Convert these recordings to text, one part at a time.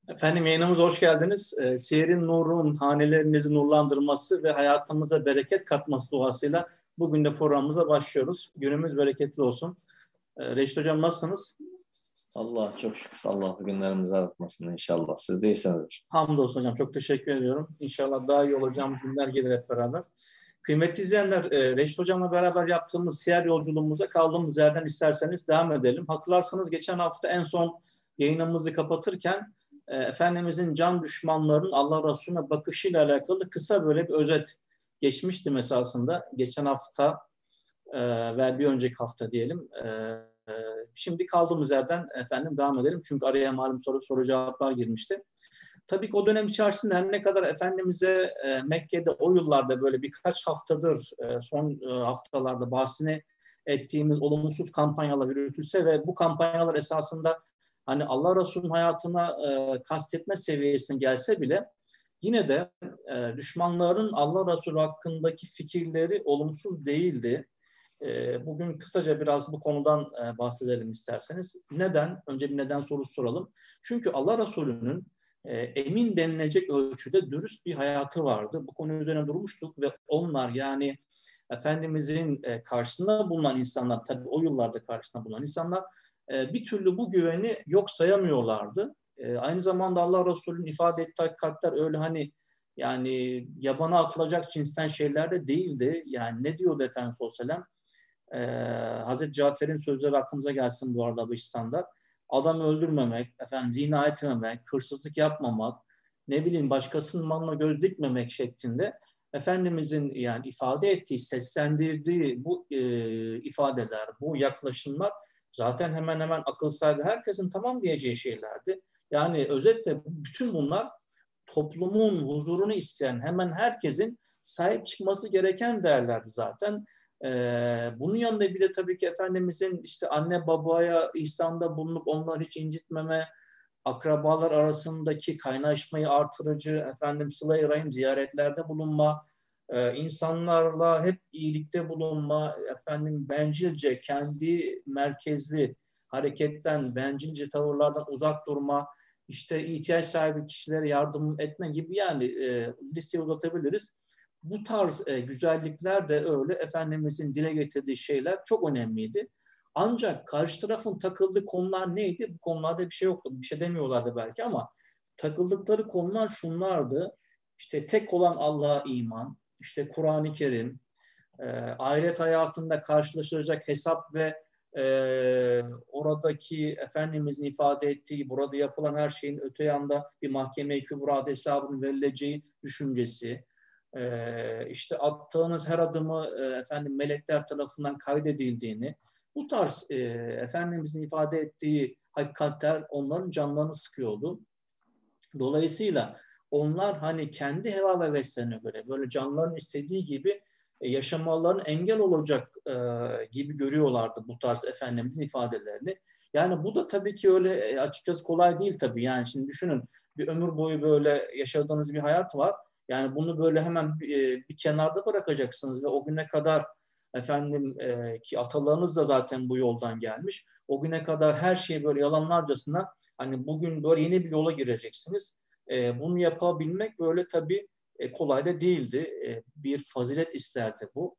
Efendim yayınımıza hoş geldiniz. Siyer-i Nur'un hanelerinizi nurlandırması ve hayatımıza bereket katması duasıyla bugün de programımıza başlıyoruz. Günümüz bereketli olsun. Reşit Hocam nasılsınız? Allah çok şükür. Allah günlerimizi artmasın inşallah. Siz de iyisinizdir. Hamdolsun hocam. Çok teşekkür ediyorum. İnşallah daha iyi olacağımız günler gelir hep beraber. Kıymetli izleyenler, Reşit Hocam'la beraber yaptığımız siyer yolculuğumuza kaldığımız yerden isterseniz devam edelim. Hatırlarsanız geçen hafta en son yayınımızı kapatırken Efendimizin can düşmanlarının Allah Resulüne bakışıyla alakalı kısa böyle bir özet geçmiştim esasında. Geçen hafta ve bir önceki hafta diyelim. Şimdi kaldığımız yerden efendim devam edelim. Çünkü araya malum soru cevaplar girmişti. Tabii ki o dönem içerisinde her ne kadar Efendimiz'e Mekke'de o yıllarda böyle birkaç haftadır son haftalarda bahsini ettiğimiz olumsuz kampanyalar yürütülse ve bu kampanyalar esasında hani Allah Resulü'nün hayatına kastetme seviyesine gelse bile yine de düşmanların Allah Resulü hakkındaki fikirleri olumsuz değildi. Bugün kısaca biraz bu konudan bahsedelim isterseniz. Neden? Önce bir neden sorusu soralım. Çünkü Allah Resulü'nün emin denilecek ölçüde dürüst bir hayatı vardı. Bu konu üzerine durmuştuk ve onlar yani Efendimizin karşısında bulunan insanlar, tabii o yıllarda karşısında bulunan insanlar bir türlü bu güveni yok sayamıyorlardı. Aynı zamanda Allah Resulü'nün ifade ettiği hakikatler öyle hani yani yabana atılacak cinsten şeyler de değildi. Yani ne diyordu Efendimiz sallallahu aleyhi ve sellem? Hazreti Cafer'in sözleri aklımıza gelsin bu arada Habeşistan'da. Adam öldürmemek, efendim zina etmemek, hırsızlık yapmamak, ne bileyim başkasının malına göz dikmemek şeklinde Efendimizin yani ifade ettiği, seslendirdiği bu ifadeler, bu yaklaşımlar zaten hemen hemen akıl sahibi herkesin tamam diyeceği şeylerdi. Yani özetle bütün bunlar toplumun huzurunu isteyen hemen herkesin sahip çıkması gereken değerlerdi zaten. Bunun yanında bir de tabii ki Efendimizin işte anne babaya ihsanda bulunup onları hiç incitmeme, akrabalar arasındaki kaynaşmayı artırıcı, efendim sıla-i rahim ziyaretlerde bulunma, insanlarla hep iyilikte bulunma, efendim bencilce, kendi merkezli hareketten, bencilce tavırlardan uzak durma, işte ihtiyaç sahibi kişilere yardım etme gibi yani listeyi uzatabiliriz. Bu tarz güzellikler de öyle Efendimizin dile getirdiği şeyler çok önemliydi. Ancak karşı tarafın takıldığı konular neydi? Bu konularda bir şey yoktu. Bir şey demiyorlardı belki ama takıldıkları konular şunlardı. İşte tek olan Allah'a iman, işte Kur'an-ı Kerim, ahiret hayatında karşılaşılacak hesap ve oradaki Efendimizin ifade ettiği burada yapılan her şeyin öte yanda bir mahkeme-i kübrada hesabının verileceği düşüncesi, işte attığınız her adımı efendim melekler tarafından kaydedildiğini, bu tarz Efendimizin ifade ettiği hakikatler onların canlarını sıkıyordu. Dolayısıyla onlar hani kendi heva ve heveslerine göre böyle canlarının istediği gibi yaşamalarına engel olacak gibi görüyorlardı bu tarz Efendimizin ifadelerini. Yani bu da tabii ki öyle açıkçası kolay değil tabii. Yani şimdi düşünün bir ömür boyu böyle yaşadığınız bir hayat var. Yani bunu böyle hemen bir kenarda bırakacaksınız ve o güne kadar efendim ki atalarınız da zaten bu yoldan gelmiş. O güne kadar her şeyi böyle yalanlarcasına hani bugün böyle yeni bir yola gireceksiniz. Bunu yapabilmek böyle tabii kolay da değildi. Bir fazilet isterdi bu.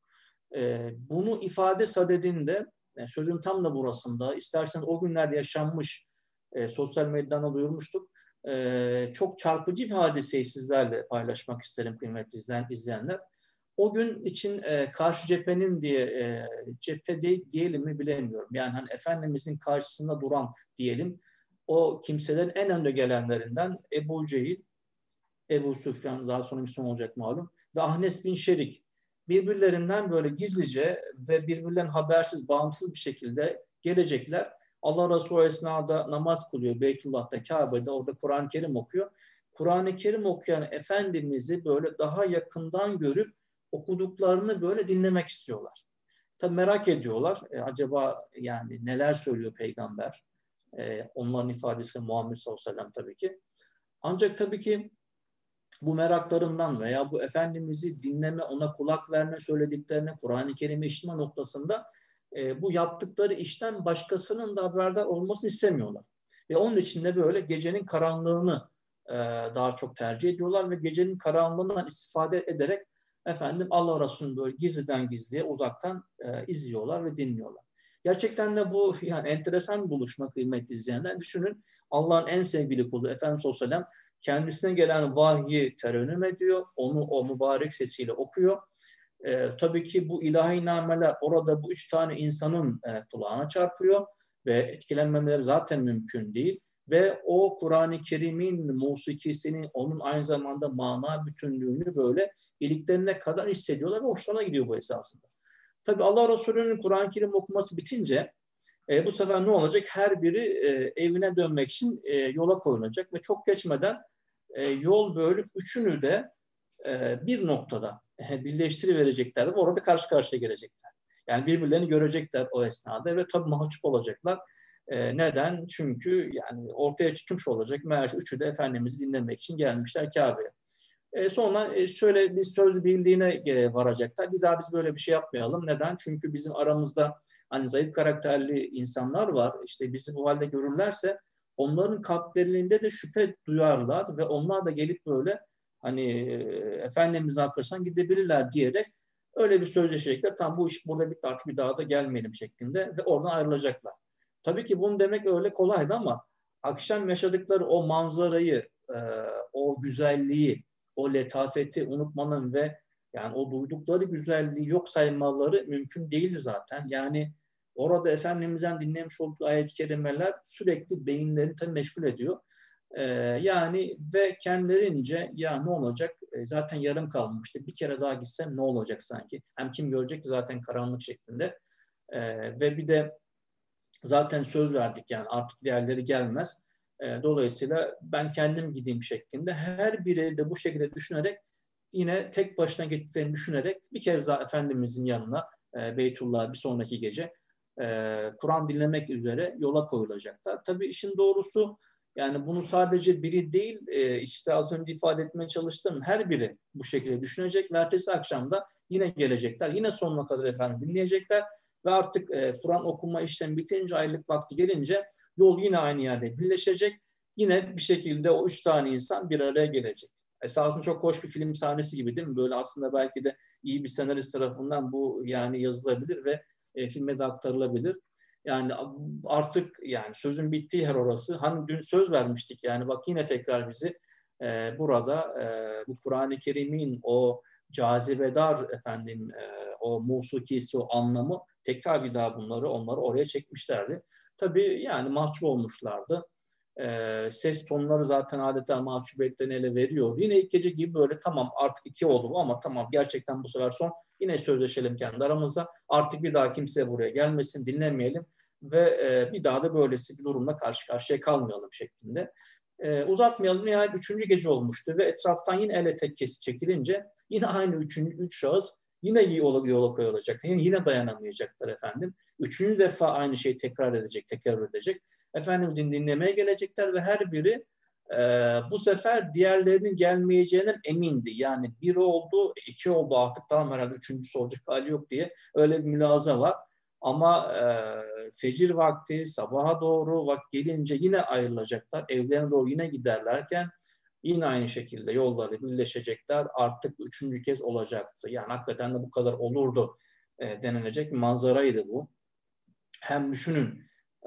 Bunu ifade sadedinde, sözün tam da burasında, isterseniz o günlerde yaşanmış, sosyal medyadan duyurmuştuk. Çok çarpıcı bir hadiseyi sizlerle paylaşmak isterim kıymetli izleyenler. O gün için karşı cephenin cephe diyelim mi bilemiyorum. Yani hani Efendimizin karşısında duran diyelim, o kimselerin en önde gelenlerinden Ebu Cehil, Ebu Süfyan daha sonra Müslüman olacak malum ve Ahnes bin Şerik birbirlerinden böyle gizlice ve birbirlerinden habersiz, bağımsız bir şekilde gelecekler. Allah Resulü esnada namaz kılıyor Beytullah'ta, Kabe'de, orada Kur'an-ı Kerim okuyor. Kur'an-ı Kerim okuyan Efendimiz'i böyle daha yakından görüp okuduklarını böyle dinlemek istiyorlar. Tabii merak ediyorlar. Acaba yani neler söylüyor peygamber? Onların ifadesi Muhammed sallallahu aleyhi ve sellem tabii ki. Ancak tabii ki bu meraklarından veya bu Efendimiz'i dinleme, ona kulak verme söylediklerine, Kur'an-ı Kerim'i işitme noktasında bu yaptıkları işten başkasının da haberdar olmasını istemiyorlar. Ve onun için de böyle gecenin karanlığını daha çok tercih ediyorlar ve gecenin karanlığından istifade ederek efendim Allah Resulü'nü böyle gizliden gizliye uzaktan izliyorlar ve dinliyorlar. Gerçekten de bu yani enteresan bir buluşma kıymetli izleyenler. Düşünün, Allah'ın en sevgili kulu Efendimiz sallallahu aleyhi ve sellem kendisine gelen vahyi terennüm ediyor. Onu o mübarek sesiyle okuyor. Tabii ki bu ilahi nameler orada bu 3 tane insanın kulağına çarpıyor ve etkilenmemeleri zaten mümkün değil. Ve o Kur'an-ı Kerim'in musikisini, onun aynı zamanda mana bütünlüğünü böyle iliklerine kadar hissediyorlar ve hoşlarına gidiyor bu esasında. Tabii Allah Resulü'nün Kur'an-ı Kerim okuması bitince bu sefer ne olacak? Her biri evine dönmek için yola koyulacak ve çok geçmeden yol böyle üçünü de bir noktada birleştiriverecekler ve orada karşı karşıya gelecekler. Yani birbirlerini görecekler o esnada ve tabii mahcup olacaklar. Neden? Çünkü yani ortaya çıkmış olacak. Meğerse üçü de Efendimiz'i dinlemek için gelmişler Kabe'ye. Sonra şöyle bir söz birliğine varacaklar. Bir daha biz böyle bir şey yapmayalım. Neden? Çünkü bizim aramızda hani zayıf karakterli insanlar var. İşte bizi bu halde görürlerse onların kalplerinde de şüphe duyarlar ve onlar da gelip böyle hani Efendimiz'in arkasından gidebilirler diyerek öyle bir sözleşecekler. Tam bu iş burada bitti, artık bir daha da gelmeyelim şeklinde ve oradan ayrılacaklar. Tabii ki bunu demek öyle kolaydı ama akşam yaşadıkları o manzarayı, o güzelliği, o letafeti unutmanın ve yani o duydukları güzelliği yok saymaları mümkün değildi zaten. Yani orada Efendimiz'den dinlemiş olduğu ayet-i kerimeler sürekli beyinlerini tabii meşgul ediyor. Yani ve kendilerince ya ne olacak? Zaten yarım kalmıştı. Bir kere daha gitsem ne olacak sanki? Hem kim görecek zaten karanlık şeklinde. Ve bir de zaten söz verdik yani artık diğerleri gelmez. Dolayısıyla ben kendim gideyim şeklinde. Her biri de bu şekilde düşünerek yine tek başına gittiklerini düşünerek bir kez daha Efendimizin yanına Beytullah'a bir sonraki gece Kur'an dinlemek üzere yola koyulacaklar. Tabii işin doğrusu yani bunu sadece biri değil işte az önce ifade etmeye çalıştım her biri bu şekilde düşünecek ve ertesi akşam da yine gelecekler. Yine sonuna kadar efendim dinleyecekler ve artık Kur'an okuma işlemi bitince aylık vakti gelince yol yine aynı yerde birleşecek. Yine bir şekilde o 3 tane insan bir araya gelecek. Esasında çok hoş bir film sahnesi gibi değil mi? Böyle aslında belki de iyi bir senarist tarafından bu yani yazılabilir ve filme de aktarılabilir. Yani artık yani sözün bittiği her orası. Hani dün söz vermiştik yani bak yine tekrar bizi burada bu Kur'an-ı Kerim'in o cazibedar efendim o musikisi, o anlamı tekrar bir daha onları oraya çekmişlerdi. Tabii yani mahcup olmuşlardı. Ses tonları zaten adeta mahcubiyetlerini ele veriyor. Yine ilk gece gibi böyle tamam artık 2 oldu ama tamam gerçekten bu sefer son. Yine sözleşelim kendi aramızda. Artık bir daha kimse buraya gelmesin, dinlemeyelim ve bir daha da böylesi bir durumla karşı karşıya kalmayalım şeklinde. Uzatmayalım. Nihayet 3. gece olmuştu ve etraftan yine ele tek çekilince yine aynı 3 şahıs yine yola koyulacak. Yine dayanamayacaklar efendim. 3. defa aynı şeyi tekrar edecek. Efendimizin dinlemeye gelecekler ve her biri bu sefer diğerlerinin gelmeyeceğinden emindi. Yani 1 oldu, 2 oldu artık tamam herhalde 3.'sü olacak hali yok diye öyle bir mülaza var. Ama fecir vakti, sabaha doğru vakit gelince yine ayrılacaklar. Evlerine doğru yine giderlerken yine aynı şekilde yolları birleşecekler. Artık 3. kez olacaktı. Yani hakikaten de bu kadar olurdu denilecek bir manzaraydı bu. Hem düşünün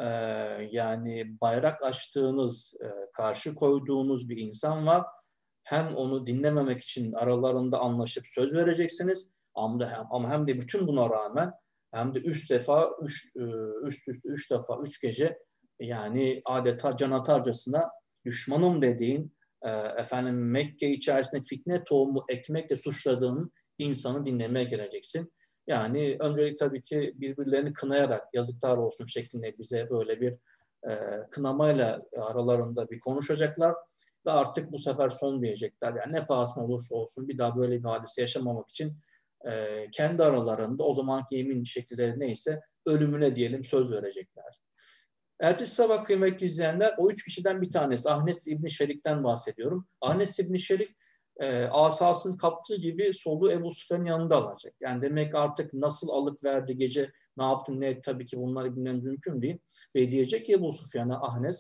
yani bayrak açtığınız, karşı koyduğunuz bir insan var. Hem onu dinlememek için aralarında anlaşıp söz vereceksiniz. Ama hem de bütün buna rağmen hem de 3 defa, üst üste 3 defa, 3 gece yani adeta can atarcasına düşmanım dediğin efendim Mekke içerisinde fitne tohumu ekmekle suçladığın insanı dinlemeye geleceksin. Yani öncelik tabii ki birbirlerini kınayarak yazıklar olsun şeklinde bize böyle bir kınamayla aralarında bir konuşacaklar ve artık bu sefer son diyecekler. Yani ne pahasına olursa olsun bir daha böyle bir hadise yaşamamak için kendi aralarında o zamanki yemin şekilleri neyse ölümüne diyelim söz verecekler. Ertesi sabah kıymetli izleyenler o 3 kişiden bir tanesi Ahnes İbni Şerik'ten bahsediyorum. Ahnes İbni Şerik asasını kaptığı gibi soluğu Ebu Süfyan'ın yanında alacak. Yani demek artık nasıl alıp verdi gece ne yaptın ne tabii ki bunları bilmem mümkün değil. Ve diyecek ki Ebu Süfyan'a Ahnes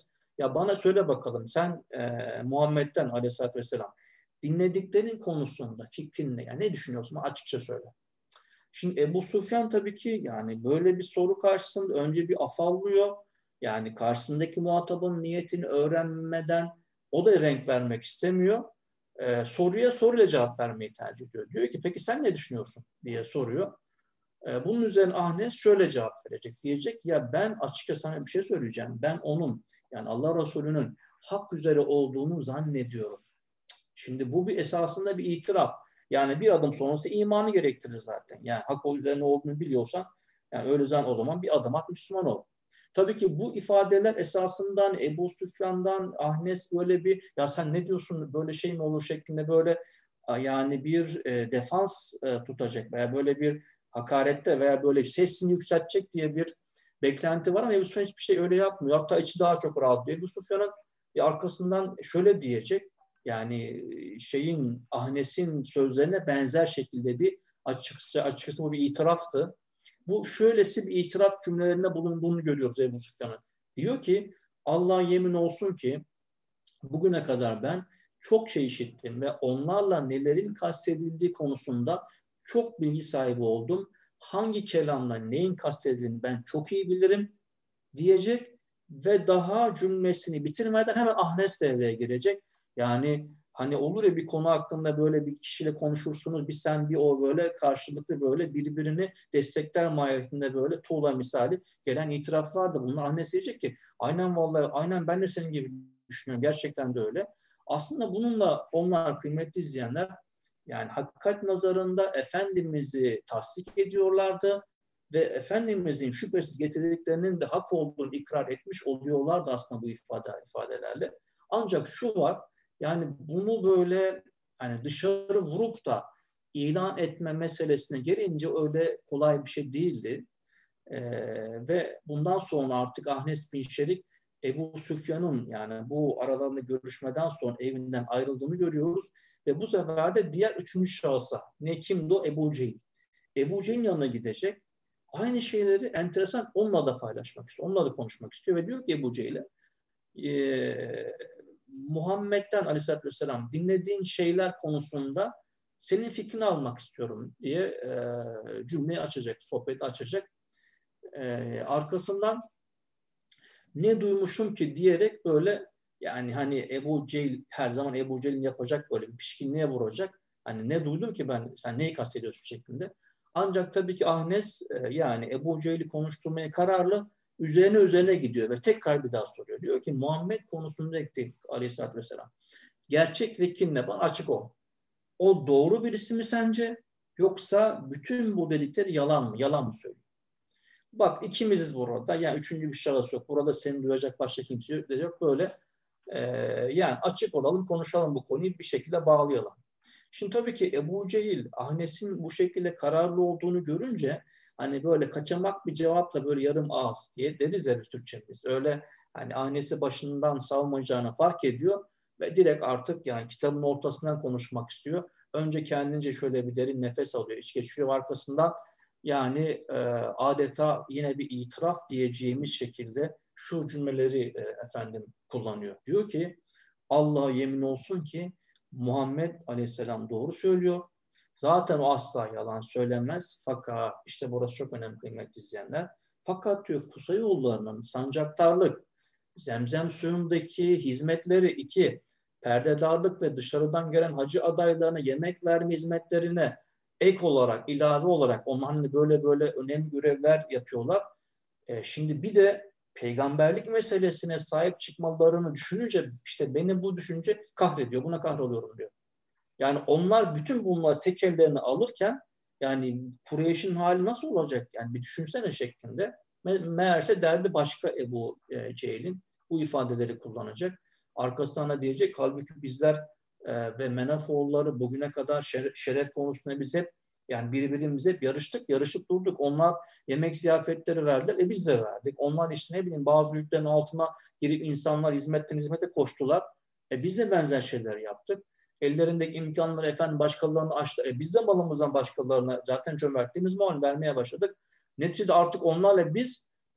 Ya bana söyle bakalım sen Muhammed'den aleyhissalatü vesselam dinlediklerin konusunda fikrin ne? Yani ne düşünüyorsun? Açıkça söyle. Şimdi Ebu Sufyan tabii ki yani böyle bir soru karşısında önce bir afallıyor. Yani karşısındaki muhatabın niyetini öğrenmeden o da renk vermek istemiyor. Soruya soruyla cevap vermeyi tercih ediyor. Diyor ki peki sen ne düşünüyorsun diye soruyor. Bunun üzerine Ahnes şöyle cevap verecek. Diyecek ya ben açıkça sana bir şey söyleyeceğim. Ben onun yani Allah Resulü'nün hak üzere olduğunu zannediyorum. Şimdi bu bir esasında bir itiraf. Yani bir adım sonrası imanı gerektirir zaten. Yani hak o üzerine olduğunu biliyorsan yani öyle o zaman bir adım at Müslüman ol. Tabii ki bu ifadeler esasından Ebu Süfyan'dan Ahnes böyle bir ya sen ne diyorsun böyle şey mi olur şeklinde böyle yani bir defans tutacak veya böyle bir hakarette veya böyle sesini yükseltecek diye bir beklenti var ama Ebu Süfyan hiçbir şey öyle yapmıyor. Hatta içi daha çok rahat diyor. Ebu Süfyan'ın arkasından şöyle diyecek yani Ahnes'in sözlerine benzer şekilde bir açıkçası bu bir itiraftı. Bu şöylesi bir itiraf cümlelerinde bulunduğunu görüyoruz Ebu Süfyan'ın. Diyor ki Allah'a yemin olsun ki bugüne kadar ben çok şey işittim ve onlarla nelerin kastedildiği konusunda çok bilgi sahibi oldum. Hangi kelamla neyin kastedildiğini ben çok iyi bilirim diyecek ve daha cümlesini bitirmeden hemen Ahnes devreye girecek. Yani hani olur ya bir konu hakkında böyle bir kişiyle konuşursunuz bir sen bir o böyle karşılıklı böyle birbirini destekler mahiyetinde böyle tuğla misali gelen itiraflar da bunlar Ahnes diyecek ki aynen vallahi aynen ben de senin gibi düşünüyorum gerçekten de öyle. Aslında bununla onlar kıymetli izleyenler yani hakikat nazarında Efendimiz'i tasdik ediyorlardı ve Efendimizin şüphesiz getirdiklerinin de hak olduğunu ikrar etmiş oluyorlardı aslında bu ifadelerle. Ancak şu var, yani bunu böyle hani dışarı vurup da ilan etme meselesine gelince öyle kolay bir şey değildi. Ve bundan sonra artık Ahnes bin Şerik Ebu Süfyan'ın yani bu aralarında görüşmeden sonra evinden ayrıldığını görüyoruz. Ve bu sefer de diğer üçüncü şahısa ne kimdi o? Ebu Cehil. Ebu Cehil'in yanına gidecek. Aynı şeyleri enteresan onunla da paylaşmak istiyor. Onunla da konuşmak istiyor ve diyor ki Ebu Cehil'e Muhammed'den aleyhissalatü vesselam dinlediğin şeyler konusunda senin fikrini almak istiyorum diye cümleyi açacak, sohbeti açacak. Arkasından ne duymuşum ki diyerek böyle yani hani Ebu Cehil her zaman Ebu Cehil'in yapacak böyle bir pişkinliğe vuracak. Hani ne duydum ki ben sen neyi kastediyorsun şeklinde. Ancak tabii ki Ahnes yani Ebu Cehil'i konuşturmaya kararlı üzerine gidiyor ve tekrar bir daha soruyor. Diyor ki Muhammed konusunda ekledik aleyhissalatü vesselam. Gerçek vekil ne bana açık ol. O doğru birisi mi sence yoksa bütün bu dedikleri yalan mı? Yalan mı söylüyor? Bak ikimiziz burada. Yani üçüncü bir şahıs yok. Burada seni duyacak başka kimse yok. Böyle yani açık olalım, konuşalım bu konuyu bir şekilde bağlayalım. Şimdi tabii ki Ebu Cehil, Ahnes'in bu şekilde kararlı olduğunu görünce hani böyle kaçamak bir cevapla böyle yarım ağız diye deriz ya biz Türkçemiz. Öyle hani Ahnes'i başından savmayacağını fark ediyor ve direkt artık yani kitabın ortasından konuşmak istiyor. Önce kendince şöyle bir derin nefes alıyor, iç geçiriyor arkasından yani adeta yine bir itiraf diyeceğimiz şekilde şu cümleleri efendim kullanıyor. Diyor ki Allah'a yemin olsun ki Muhammed Aleyhisselam doğru söylüyor. Zaten o asla yalan söylemez. Fakat işte burası çok önemli kıymetli izleyenler. Fakat diyor Kusayoğulları'nın sancaktarlık, zemzem suyundaki hizmetleri iki, perdedarlık ve dışarıdan gelen hacı adaylarına yemek verme hizmetlerine ek olarak, ilave olarak onlar böyle önemli görevler yapıyorlar. Şimdi bir de peygamberlik meselesine sahip çıkmalarını düşününce işte beni bu düşünce kahrediyor. Buna kahroluyorum diyor. Yani onlar bütün bunları tek ellerine alırken yani Kureyş'in hali nasıl olacak? Yani bir düşünsene şeklinde. Meğerse derdi başka Ebu Cehil'in bu ifadeleri kullanacak. Arkasından da diyecek halbuki bizler ve Menafoğulları bugüne kadar şeref konusunda biz hep yani birbirimize hep yarışıp durduk. Onlar yemek ziyafetleri verdiler biz de verdik. Onlar işte ne bileyim bazı yüklerin altına girip insanlar hizmetten hizmete koştular. Biz de benzer şeyler yaptık. Ellerindeki imkanları efendim başkalarına açtı. Biz de malımızdan başkalarına zaten cömertliğimiz malum vermeye başladık. Neticede artık onlarla biz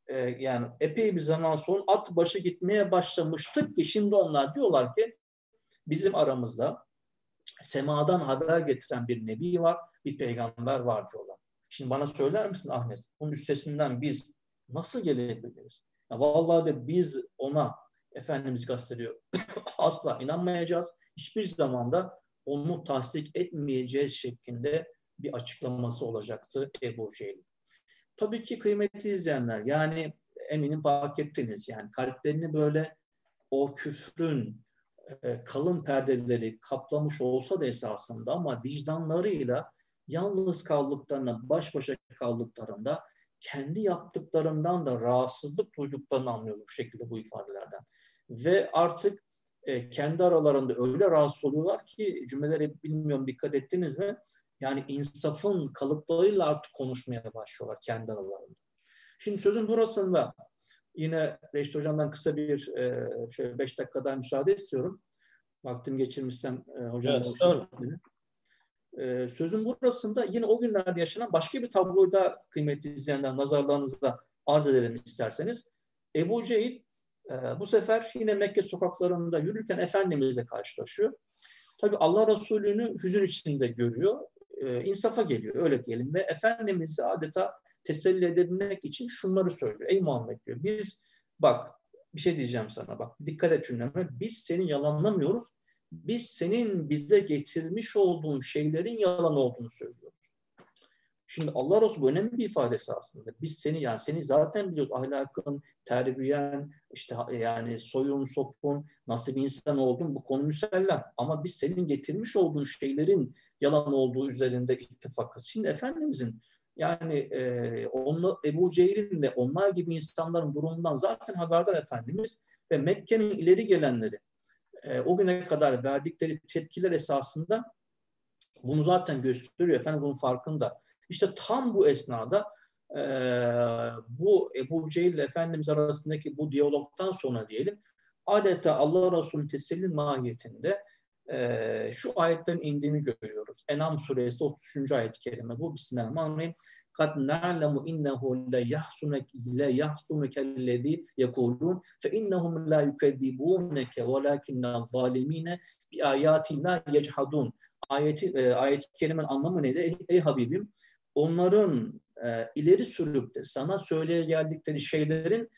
yani epey bir zaman sonra at başı gitmeye başlamıştık ki şimdi onlar diyorlar ki bizim aramızda semadan haber getiren bir nebi var, bir peygamber var diyorlar. Şimdi bana söyler misin Ahmet? Bunun üstesinden biz nasıl gelebiliriz? Ya vallahi de biz ona Efendimiz kastediyor. Asla inanmayacağız. Hiçbir zamanda onu tasdik etmeyeceğiz şeklinde bir açıklaması olacaktı Ebu Cehil. Tabii ki kıymetli izleyenler, yani eminim fark ettiniz, yani kalplerini böyle o küfrün kalın perdeleri kaplamış olsa da esasında ama vicdanlarıyla yalnız kaldıklarında, baş başa kaldıklarında kendi yaptıklarından da rahatsızlık duyduklarını anlıyoruz bu şekilde bu ifadelerden. Ve artık kendi aralarında öyle rahatsız oluyorlar ki cümleleri bilmiyorum dikkat ettiniz mi? Yani insafın kalıplarıyla artık konuşmaya başlıyorlar kendi aralarında. Şimdi sözün burasında yine Reşit Hocam'dan kısa bir şöyle 5 dakikada müsaade istiyorum. Vaktim geçirmişsem hocam. Evet, sözün burasında yine o günlerde yaşanan başka bir tabloyu da kıymetli izleyenler nazarlarınızda arz edelim isterseniz. Ebu Cehil bu sefer yine Mekke sokaklarında yürürken Efendimizle karşılaşıyor. Tabii Allah Resulü'nü hüzün içinde görüyor. İnsafa geliyor öyle diyelim ve Efendimiz'i adeta teselli edebilmek için şunları söylüyor. Ey Muhammed diyor, biz bak bir şey diyeceğim sana, bak dikkat et cümleme, biz seni yalanlamıyoruz. Biz senin bize getirmiş olduğun şeylerin yalan olduğunu söylüyoruz. Şimdi Allah Resulü bu önemli bir ifadesi aslında. Biz seni, yani seni zaten biliyoruz, ahlakın, terbiyen, işte yani soyun, sopun, nasıl bir insan oldun, bu konu müsellem. Ama biz senin getirmiş olduğun şeylerin yalan olduğu üzerinde ittifakız. Şimdi Efendimizin yani onunla, Ebu Cehil'in ve onlar gibi insanların durumundan zaten haberdar Efendimiz ve Mekke'nin ileri gelenleri o güne kadar verdikleri tepkiler esasında bunu zaten gösteriyor. Efendim bunun farkında. İşte tam bu esnada bu Ebu Cehil ile Efendimiz arasındaki bu diyalogtan sonra diyelim adeta Allah Resulü'nün teselli mahiyetinde şu ayetlerin indiğini görüyoruz. En'am suresi 33. ayet-i kerime bu. Bismillahirrahmanirrahim. Kad na'lemu innehu la yahsunukellezî yekulûn fe innehum la yukezzibûneke velâkinnel-zâlimîne bi âyâtillâhi yechadûn. Ayet-i kerimenin anlamı neydi? Ey Habibim, onların ileri sürüp de sana söyleye geldikleri şeylerin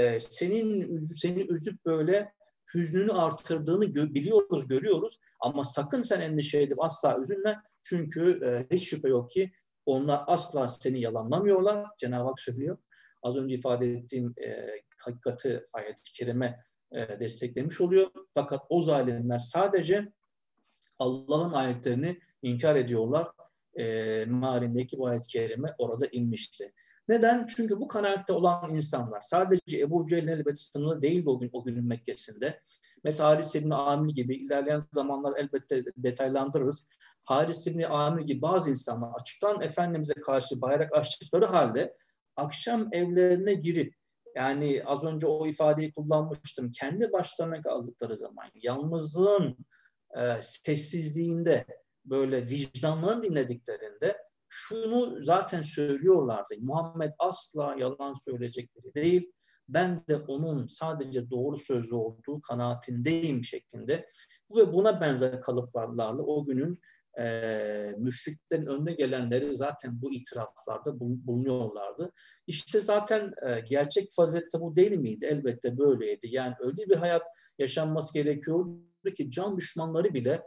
seni üzüp böyle hüznünü artırdığını biliyoruz, görüyoruz. Ama sakın sen endişe edip asla üzülme. Çünkü hiç şüphe yok ki onlar asla seni yalanlamıyorlar. Cenab-ı Hak söylüyor. Az önce ifade ettiğim hakikati ayet-i kerime desteklemiş oluyor. Fakat o zalimler sadece Allah'ın ayetlerini inkar ediyorlar. Mealindeki bu ayet-i kerime orada inmişti. Neden? Çünkü bu kanaatte olan insanlar sadece Ebu Cehil elbette sınırlı değildi o günün Mekke'sinde. Mesela Haris İbni Amir gibi ilerleyen zamanlar elbette detaylandırırız. Haris İbni Amir gibi bazı insanlar açıktan Efendimiz'e karşı bayrak açtıkları halde akşam evlerine girip, yani az önce o ifadeyi kullanmıştım, kendi başlarına kaldıkları zaman yalnızlığın sessizliğinde böyle vicdanlarını dinlediklerinde şunu zaten söylüyorlardı. Muhammed asla yalan söyleyecek biri değil. Ben de onun sadece doğru sözlü olduğu kanaatindeyim şeklinde. Ve buna benzer kalıplarla o günün müşriklerin önüne gelenleri zaten bu itiraflarda bulunuyorlardı. İşte zaten gerçek fazilet bu değil miydi? Elbette böyleydi. Yani öyle bir hayat yaşanması gerekiyordu ki can düşmanları bile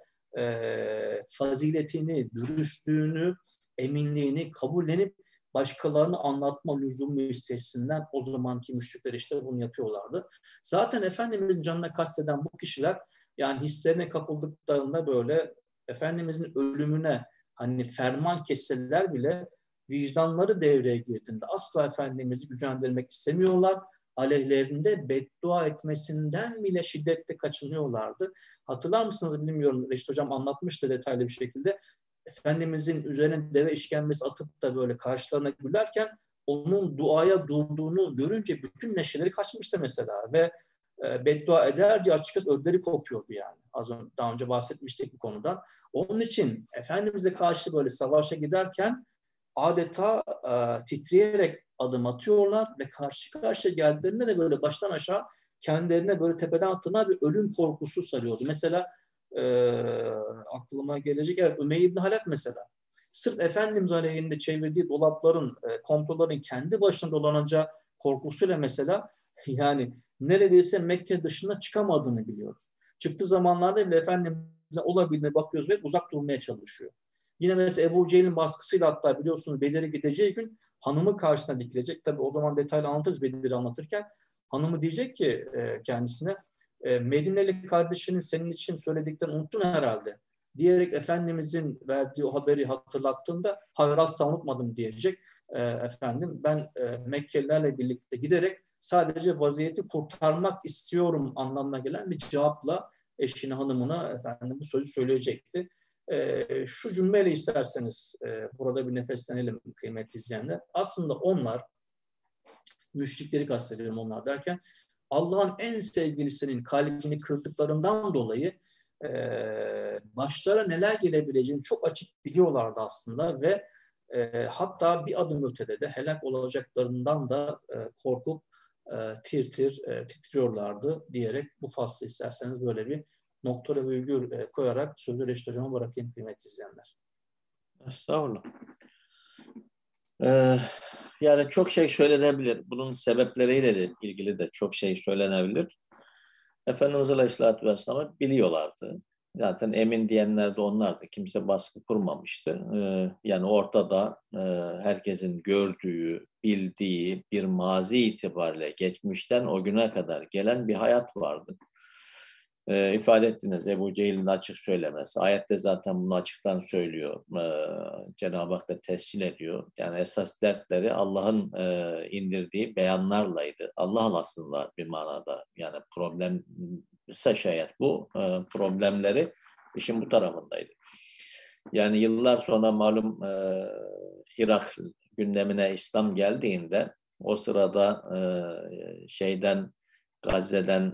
faziletini, dürüstlüğünü, eminliğini kabullenip başkalarını anlatma lüzumu hissesinden o zamanki müşrikler işte bunu yapıyorlardı. Zaten Efendimizin canına kasteden bu kişiler yani hislerine kapıldıklarında böyle Efendimizin ölümüne hani ferman kesseler bile vicdanları devreye girdiğinde asla Efendimiz'i gücendirmek istemiyorlar. Aleyhlerinde beddua etmesinden bile şiddetle kaçınıyorlardı. Hatırlar mısınız bilmiyorum, Reşit Hocam anlatmıştı detaylı bir şekilde. Efendimizin üzerine deve işkembesi atıp da böyle karşılarına gülerken onun duaya durduğunu görünce bütün neşeleri kaçmıştı mesela ve beddua eder diye açıkçası ödleri kopuyordu yani. Daha önce bahsetmiştik bu konudan. Onun için Efendimiz'e karşı böyle savaşa giderken adeta titreyerek adım atıyorlar ve karşı karşıya geldiklerinde de böyle baştan aşağı kendilerine böyle tepeden tırnağa bir ölüm korkusu sarıyordu. Mesela aklıma gelecek, evet, Ümeyye İbni Halef mesela. Sırf Efendimiz Aleyhi'nde çevirdiği dolapların, komploların kendi başına dolanacağı korkusuyla mesela yani neredeyse Mekke dışına çıkamadığını biliyoruz. Çıktığı zamanlarda bile Efendimiz'e olabildiğine bakıyoruz ve uzak durmaya çalışıyor. Yine mesela Ebu Cehil'in baskısıyla hatta biliyorsunuz Bedir'e gideceği gün hanımı karşısına dikilecek. Tabii o zaman detaylı anlatırız Bedir'i anlatırken. Hanımı diyecek ki kendisine Medineli kardeşinin senin için söylediklerini unuttun herhalde diyerek Efendimizin verdiği o haberi hatırlattığında hayır asla unutmadım diyecek. Efendim ben Mekkelilerle birlikte giderek sadece vaziyeti kurtarmak istiyorum anlamına gelen bir cevapla eşine, hanımına efendim bu sözü söyleyecekti. Şu cümleyle isterseniz burada bir nefeslenelim kıymetli izleyenler. Aslında onlar, müşrikleri kastediyorum onlar derken, Allah'ın en sevgilisinin kalbini kırdıklarından dolayı başlara neler gelebileceğini çok açık biliyorlardı aslında ve hatta bir adım ötede de helak olacaklarından da korkup tir tir titriyorlardı diyerek bu faslı isterseniz böyle bir nokta ve virgül koyarak sözü Reşit Hocam'a bırakayım kıymetli izleyenler. Estağfurullah. Yani çok şey söylenebilir. Bunun sebepleriyle de ilgili de çok şey söylenebilir. Efendimiz Aleyhisselatü Vesselam'ı biliyorlardı. Zaten emin diyenler de onlardı. Kimse baskı kurmamıştı. Yani ortada herkesin gördüğü, bildiği bir mazi itibariyle geçmişten o güne kadar gelen bir hayat vardı. İfade ettiniz Ebu Cehil'in açık söylemesi. Ayette zaten bunu açıktan söylüyor. Cenab-ı Hak da tescil ediyor. Yani esas dertleri Allah'ın indirdiği beyanlarlaydı. Allah aslında bir manada yani problem ise şayet bu problemleri işin bu tarafındaydı. Yani yıllar sonra malum Irak gündemine İslam geldiğinde o sırada Gazze'den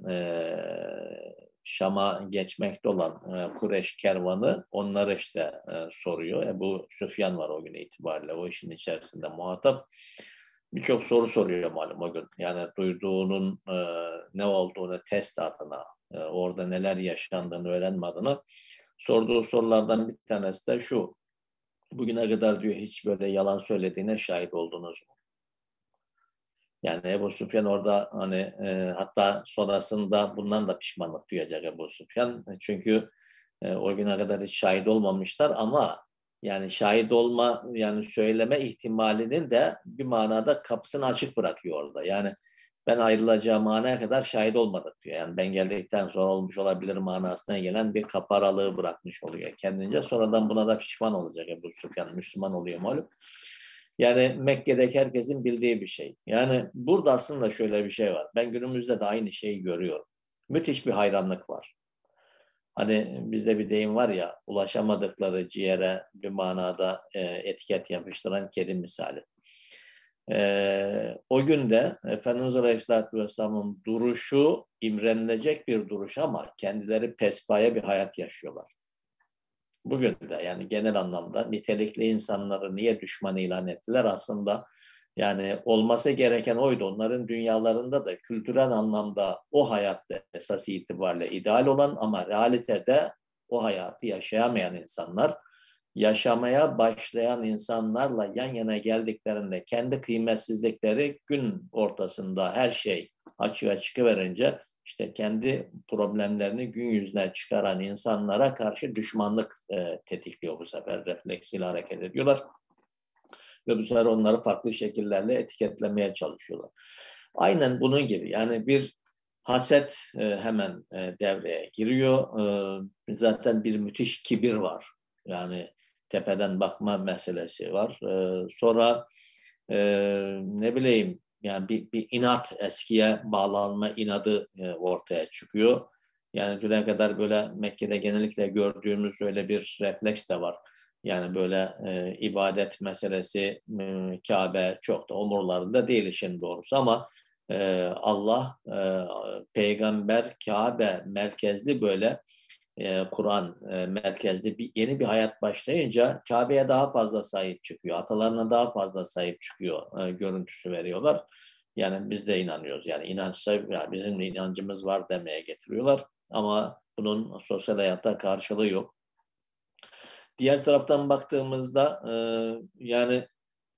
Şam'a geçmekte olan Kureyş kervanı onları işte soruyor. Ebu Süfyan var o gün itibariyle o işin içerisinde muhatap. Birçok soru soruyor malum o gün. Yani duyduğunun ne olduğunu test adına, orada neler yaşandığını öğrenme adına sorduğu sorulardan bir tanesi de şu. Bugüne kadar diyor hiç böyle yalan söylediğine şahit oldunuz mu? Yani Ebu Süfyan orada hani hatta sonrasında bundan da pişmanlık duyacak Ebu Süfyan. Çünkü o güne kadar hiç şahit olmamışlar ama yani şahit olma yani söyleme ihtimalinin de bir manada kapısını açık bırakıyor orada. Yani ben ayrılacağım anaya kadar şahit olmadık diyor. Yani ben geldikten sonra olmuş olabilir manasına gelen bir kapı aralığı bırakmış oluyor kendince. Sonradan buna da pişman olacak Ebu Süfyan. Müslüman oluyor malum. Yani Mekke'deki herkesin bildiği bir şey. Yani burada aslında şöyle bir şey var. Ben günümüzde de aynı şeyi görüyorum. Müthiş bir hayranlık var. Hani bizde bir deyim var ya, ulaşamadıkları ciğere bir manada etiket yapıştıran kedi misali. O günde Efendimiz Aleyhisselatü Vesselam'ın duruşu imrenilecek bir duruş ama kendileri pespaye bir hayat yaşıyorlar. Bugün de yani genel anlamda nitelikli insanları niye düşman ilan ettiler? Aslında yani olması gereken oydu. Onların dünyalarında da kültürel anlamda o hayatta esas itibariyle ideal olan ama realitede o hayatı yaşayamayan insanlar, yaşamaya başlayan insanlarla yan yana geldiklerinde kendi kıymetsizlikleri gün ortasında her şey açığa çıkıverince işte kendi problemlerini gün yüzüne çıkaran insanlara karşı düşmanlık tetikliyor bu sefer. Refleksiyle hareket ediyorlar. Ve bu sefer onları farklı şekillerle etiketlemeye çalışıyorlar. Aynen bunun gibi. Yani bir haset hemen devreye giriyor. Zaten bir müthiş kibir var. Yani tepeden bakma meselesi var. Sonra ne bileyim yani bir inat, eskiye bağlanma inadı ortaya çıkıyor. Yani düne kadar böyle Mekke'de genellikle gördüğümüz öyle bir refleks de var. Yani böyle ibadet meselesi Kabe çok da umurlarında değil işin doğrusu ama Allah, peygamber, Kabe merkezli böyle Kur'an merkezli yeni bir hayat başlayınca Kabe'ye daha fazla sahip çıkıyor. Atalarına daha fazla sahip çıkıyor görüntüsü veriyorlar. Yani biz de inanıyoruz. Yani inançsa ya bizim de inancımız var demeye getiriyorlar. Ama bunun sosyal hayatta karşılığı yok. Diğer taraftan baktığımızda yani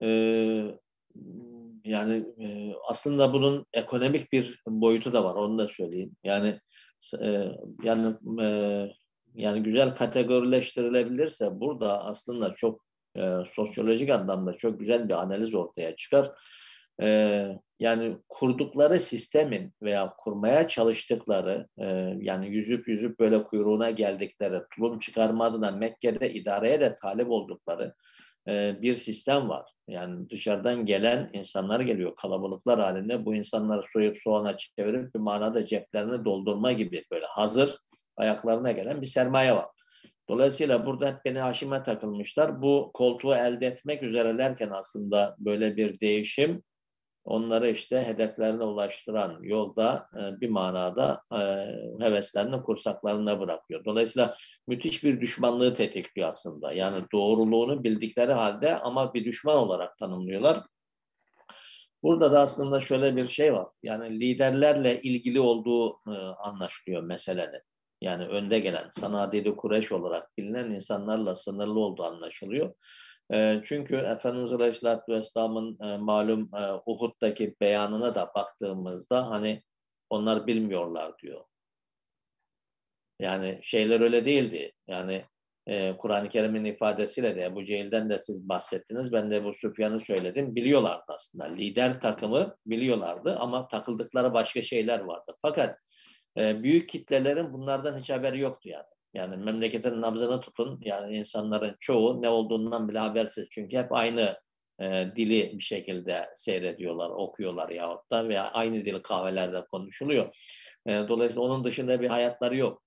aslında bunun ekonomik bir boyutu da var. Onu da söyleyeyim. E, yani e, yani güzel kategorileştirilebilirse burada aslında çok sosyolojik anlamda çok güzel bir analiz ortaya çıkar. Yani kurdukları sistemin veya kurmaya çalıştıkları yani yüzüp böyle kuyruğuna geldikleri tulum çıkarma adına Mekke'de idareye de talip oldukları bir sistem var. Yani dışarıdan gelen insanlar geliyor kalabalıklar halinde. Bu insanları soyup soğana çevirip bir manada ceplerini doldurma gibi böyle hazır ayaklarına gelen bir sermaye var. Dolayısıyla burada hep Beni Haşim'e takılmışlar. Bu koltuğu elde etmek üzerelerken aslında böyle bir değişim onları işte hedeflerine ulaştıran yolda bir manada heveslerini kursaklarına bırakıyor. Dolayısıyla müthiş bir düşmanlığı tetikliyor aslında. Yani doğruluğunu bildikleri halde ama bir düşman olarak tanımlıyorlar. Burada da aslında şöyle bir şey var. Yani liderlerle ilgili olduğu anlaşılıyor meselenin. Yani önde gelen Sanadili Kureş olarak bilinen insanlarla sınırlı olduğu anlaşılıyor. Çünkü Efendimiz Aleyhisselatü Vesselam'ın malum Uhud'daki beyanına da baktığımızda hani onlar bilmiyorlar diyor. Yani şeyler öyle değildi. Yani Kur'an-ı Kerim'in ifadesiyle de Ebu Cehil'den de siz bahsettiniz. Ben de Ebu Süfyan'ı söyledim. Biliyorlardı aslında. Lider takımı biliyorlardı ama takıldıkları başka şeyler vardı. Fakat büyük kitlelerin bunlardan hiç haberi yoktu yani. Yani memleketin nabzını tutun. Yani insanların çoğu ne olduğundan bile habersiz. Çünkü hep aynı dili bir şekilde seyrediyorlar, okuyorlar yahut da veya aynı dil kahvelerde konuşuluyor. Dolayısıyla onun dışında bir hayatları yok.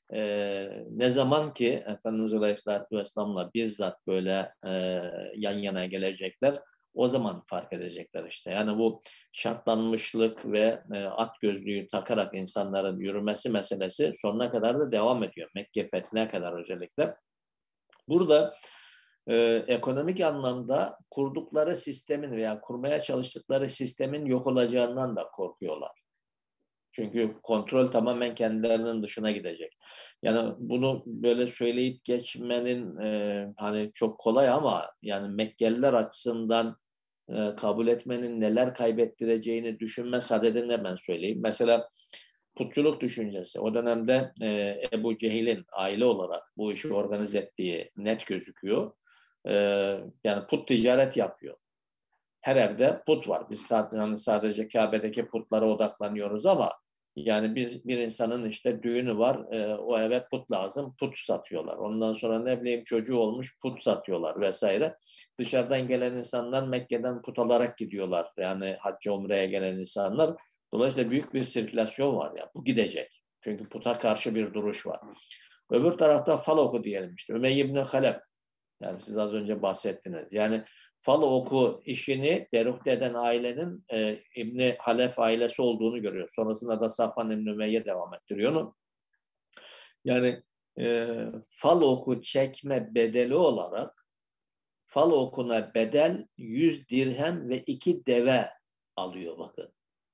Ne zaman ki Efendimiz Aleyhisselatü Vesselam'la bizzat böyle yan yana gelecekler, o zaman fark edecekler işte. Yani bu şartlanmışlık ve at gözlüğü takarak insanların yürümesi meselesi sonuna kadar da devam ediyor. Mekke fethine kadar özellikle. Burada ekonomik anlamda kurdukları sistemin veya kurmaya çalıştıkları sistemin yok olacağından da korkuyorlar. Çünkü kontrol tamamen kendilerinin dışına gidecek. Yani bunu böyle söyleyip geçmenin hani çok kolay ama yani Mekkeliler açısından kabul etmenin neler kaybettireceğini düşünme sadedinde ben söyleyeyim. Mesela putçuluk düşüncesi. O dönemde Ebu Cehil'in aile olarak bu işi organize ettiği net gözüküyor. Yani put ticaret yapıyor. Her evde put var. Biz yani sadece Kabe'deki putlara odaklanıyoruz ama yani bir insanın işte düğünü var, o eve put lazım, put satıyorlar. Ondan sonra ne bileyim çocuğu olmuş, put satıyorlar vesaire. Dışarıdan gelen insanlar Mekke'den put alarak gidiyorlar. Yani hacca umreye gelen insanlar. Dolayısıyla büyük bir sirkülasyon var ya. Bu gidecek. Çünkü puta karşı bir duruş var. Öbür tarafta Falok'u diyelim işte. Ümeyye ibn Halep. Yani siz az önce bahsettiniz. Yani fal oku işini derukte eden ailenin İbni Halef ailesi olduğunu görüyor. Sonrasında da Safvan İbni Ümeyye devam ettiriyor onu. Yani fal oku çekme bedeli olarak fal okuna bedel 100 dirhem ve 2 deve alıyor bakın.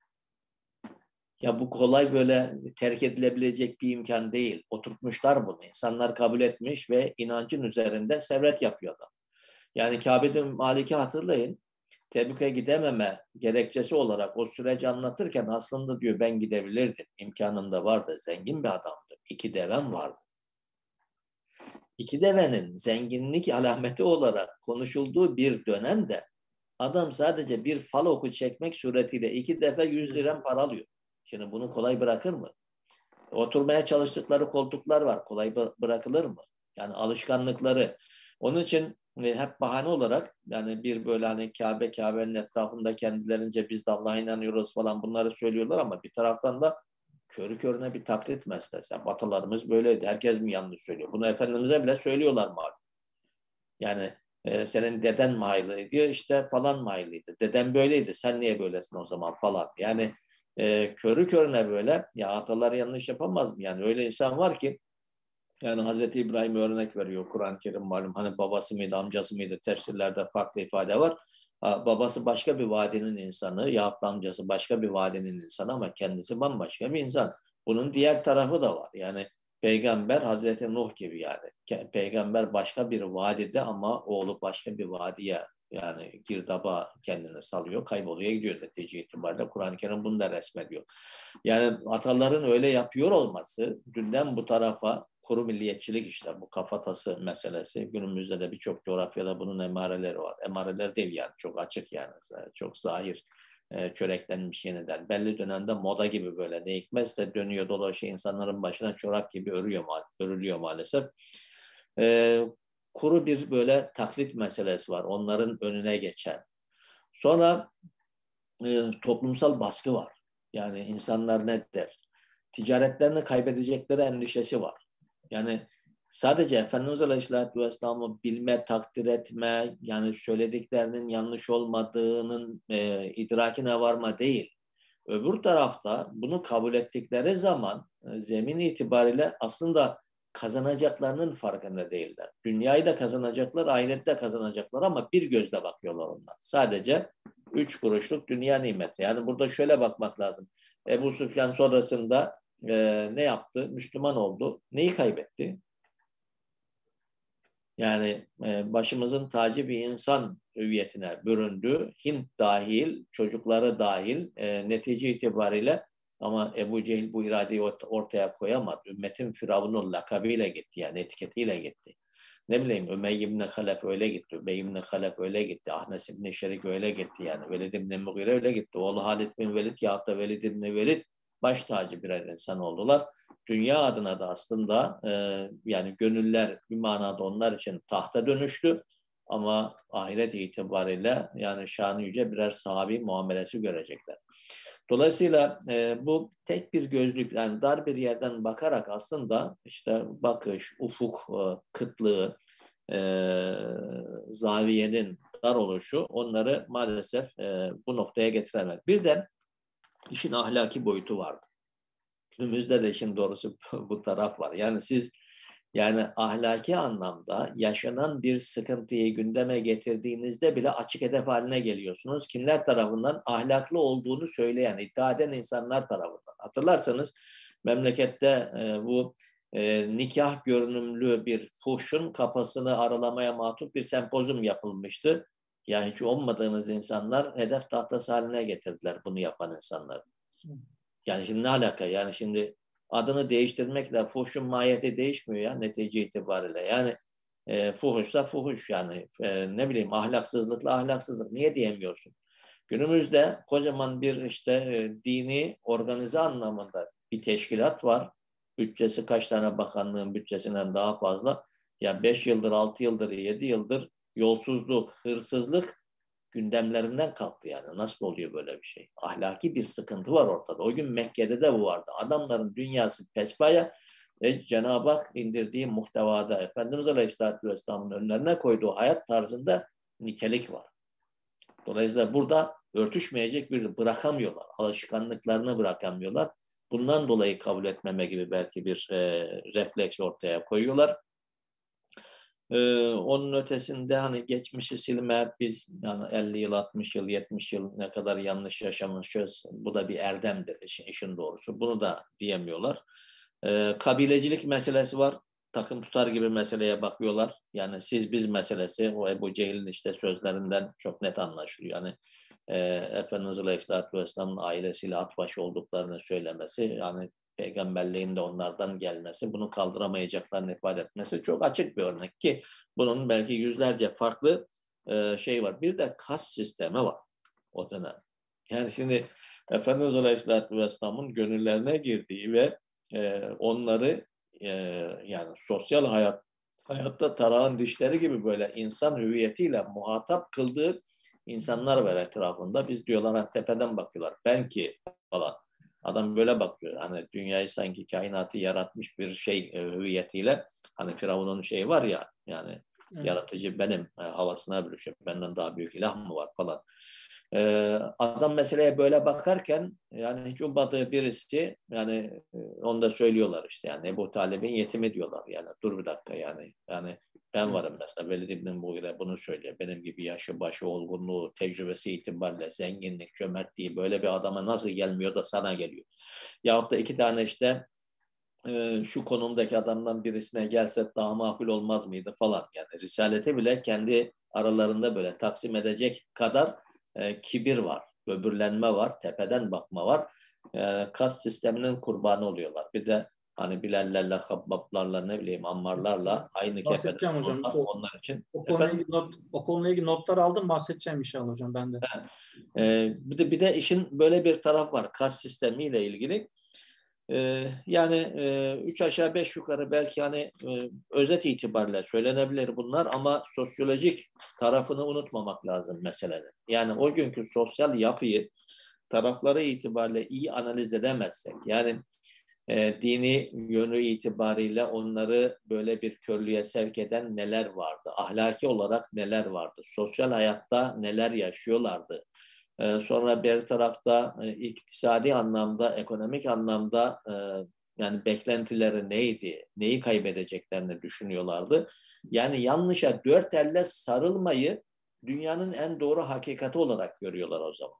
Ya bu kolay böyle terk edilebilecek bir imkan değil. Oturtmuşlar bunu. İnsanlar kabul etmiş ve inancın üzerinde sevret yapıyor adam. Yani Kabe'de Malik'i hatırlayın. Tebük'e gidememe gerekçesi olarak o süreci anlatırken aslında diyor ben gidebilirdim. İmkanım da vardı. Zengin bir adamdı. 2 devem vardı. 2 devenin zenginlik alameti olarak konuşulduğu bir dönemde adam sadece bir fal oku çekmek suretiyle 2 defa 100 lira para alıyor. Şimdi bunu kolay bırakır mı? Oturmaya çalıştıkları koltuklar var. Kolay bırakılır mı? Yani alışkanlıkları. Onun için hep bahane olarak yani bir böyle hani Kabe'nin etrafında kendilerince biz de Allah'a inanıyoruz falan bunları söylüyorlar ama bir taraftan da körü körüne bir taklit meselesi. Yani Batılarımız böyleydi. Herkes mi yanlış söylüyor? Bunu Efendimiz'e bile söylüyorlar malum. Yani senin deden mi hayırlıydı? İşte falan mı hayırlıydı? Deden böyleydi. Sen niye böylesin o zaman falan. Yani körü körüne böyle ya atalar yanlış yapamaz mı? Yani öyle insan var ki Yani Hazreti İbrahim örnek veriyor Kur'an-ı Kerim malum. Hani babası mıydı, amcası mıydı? Tefsirlerde farklı ifade var. Babası başka bir vadinin insanı, yahut amcası başka bir vadinin insanı ama kendisi bambaşka bir insan. Bunun diğer tarafı da var. Yani peygamber Hazreti Nuh gibi yani. Peygamber başka bir vadide ama oğlu başka bir vadiye yani girdaba kendini salıyor, kayboluyor, gidiyor netice itibariyle. Kur'an-ı Kerim bunu da resmediyor. Yani ataların öyle yapıyor olması dünden bu tarafa kuru milliyetçilik işte bu kafatası meselesi. Günümüzde de birçok coğrafyada bunun emareleri var. Emareler değil yani çok açık yani çok zahir çöreklenmiş yeniden. Belli dönemde moda gibi böyle ne hikmetse dönüyor dolaşıyor insanların başına çorap gibi örülüyor maalesef. E, Kuru bir böyle taklit meselesi var. Onların önüne geçen. Sonra toplumsal baskı var. Yani insanlar ne der? Ticaretlerini kaybedecekleri endişesi var. Yani sadece Efendimiz Aleyhisselatü Vesselam'ı bilme, takdir etme, yani söylediklerinin yanlış olmadığının idrakine varma değil. Öbür tarafta bunu kabul ettikleri zaman zemin itibariyle aslında kazanacaklarının farkında değiller. Dünyayı da kazanacaklar, ahirette kazanacaklar ama bir gözle bakıyorlar onlar. Sadece 3 kuruşluk dünya nimeti. Yani burada şöyle bakmak lazım. Ebu Süfyan sonrasında ne yaptı? Müslüman oldu. Neyi kaybetti? Yani başımızın tacı bir insan hüviyetine büründü. Hint dahil, çocukları dahil netice itibariyle ama Ebu Cehil bu iradeyi ortaya koyamadı. Ümmetin Firavun'un lakabıyla gitti yani etiketiyle gitti. Ne bileyim Ümeyye ibn Halef öyle gitti. Übey ibn Halef öyle gitti. Ahnes ibn Şerik öyle gitti yani. Velid ibn Mughire öyle gitti. Oğlu Halid bin Velid yahut da Velid ibn Velid baş tacı birer insan oldular. Dünya adına da aslında yani gönüller bir manada onlar için tahta dönüştü. Ama ahiret itibariyle yani şanı yüce birer sahabi muamelesi görecekler. Dolayısıyla bu tek bir gözlük yani dar bir yerden bakarak aslında işte bakış, ufuk kıtlığı, zaviyenin dar oluşu onları maalesef bu noktaya getiremez. Bir de işin ahlaki boyutu vardı. Günümüzde de işin doğrusu bu taraf var. Yani siz yani ahlaki anlamda yaşanan bir sıkıntıyı gündeme getirdiğinizde bile açık hedef haline geliyorsunuz. Kimler tarafından? Ahlaklı olduğunu söyleyen, iddia eden insanlar tarafından. Hatırlarsanız memlekette bu nikah görünümlü bir fuhşun kapısını aralamaya matuf bir sempozyum yapılmıştı. Ya hiç olmadığınız insanlar hedef tahtası haline getirdiler bunu yapan insanlar. Yani şimdi ne alaka? Yani şimdi adını değiştirmekle fuhuşun mahiyeti değişmiyor ya netice itibariyle. Yani fuhuşsa fuhuş yani ne bileyim ahlaksızlıkla ahlaksızlık niye diyemiyorsun? Günümüzde kocaman bir işte dini organize anlamında bir teşkilat var. Bütçesi kaç tane bakanlığın bütçesinden daha fazla. Ya 5 yıldır, 6 yıldır, 7 yıldır yolsuzluk, hırsızlık gündemlerinden kalktı yani. Nasıl oluyor böyle bir şey? Ahlaki bir sıkıntı var ortada. O gün Mekke'de de bu vardı. Adamların dünyası pespaya ve Cenab-ı Hak indirdiği muhtevada Efendimiz Aleyhisselatü Vesselam'ın önlerine koyduğu hayat tarzında nitelik var. Dolayısıyla burada örtüşmeyecek bir bırakamıyorlar. Alışkanlıklarını bırakamıyorlar. Bundan dolayı kabul etmeme gibi belki bir refleks ortaya koyuyorlar. Onun ötesinde hani geçmişi silme biz yani 50 yıl, 60 yıl, 70 yıl ne kadar yanlış yaşamışız. Bu da bir erdemdir işin doğrusu. Bunu da diyemiyorlar. Kabilecilik meselesi var. Takım tutar gibi meseleye bakıyorlar. Yani siz biz meselesi o Ebu Cehil'in işte sözlerinden çok net anlaşılıyor. Yani Efendimiz Aleyhisselatü Vesselam'ın ailesiyle at başı olduklarını söylemesi yani peygamberliğin de onlardan gelmesi, bunu kaldıramayacaklarını ifade etmesi çok açık bir örnek ki bunun belki yüzlerce farklı şey var. Bir de kas sistemi var o dönem. Yani şimdi Efendimiz Aleyhisselatü Vesselam'ın gönüllerine girdiği ve onları yani sosyal hayatta tarağın dişleri gibi böyle insan hüviyetiyle muhatap kıldığı insanlar var etrafında. Biz diyorlar hani tepeden bakıyorlar. Ben ki falan. Adam böyle bakıyor. Hani dünyayı sanki kainatı yaratmış bir şey hüviyetiyle hani Firavun'un şeyi var ya yani evet. Yaratıcı benim havasına bürüşüp benden daha büyük ilah mı var falan. Adam meseleye böyle bakarken yani hiç ummadığı birisi yani onu da söylüyorlar işte yani Ebu Talib'in yetimi diyorlar yani dur bir dakika yani ben varım mesela Velid İbn Mughire bunu söylüyor. Benim gibi yaşı başı olgunluğu tecrübesi itibariyle zenginlik cömertliği böyle bir adama nasıl gelmiyor da sana geliyor. Yahut da iki tane işte şu konumdaki adamdan birisine gelse daha makul olmaz mıydı falan yani Risaleti bile kendi aralarında böyle taksim edecek kadar kibir var, böbürlenme var, tepeden bakma var. Kas sisteminin kurbanı oluyorlar. Bir de hani Bilallerle, Habbablarla ne bileyim Ammarlarla aynı kefeden Bahsedeceğim hocam. olmak onlar için. O konuyla ilgili notlar aldım, bahsedeceğim inşallah hocam ben de. Bir de işin böyle bir taraf var kas sistemiyle ilgili. Yani 3 aşağı 5 yukarı belki hani özet itibariyle söylenebilir bunlar ama sosyolojik tarafını unutmamak lazım meselenin. Yani o günkü sosyal yapıyı tarafları itibariyle iyi analiz edemezsek yani dini yönü itibariyle onları böyle bir körlüğe sevk eden neler vardı? Ahlaki olarak neler vardı? Sosyal hayatta neler yaşıyorlardı? Sonra bir tarafta iktisadi anlamda, ekonomik anlamda yani beklentileri neydi? Neyi kaybedeceklerini düşünüyorlardı. Yani yanlışa dört elle sarılmayı dünyanın en doğru hakikati olarak görüyorlar o zaman.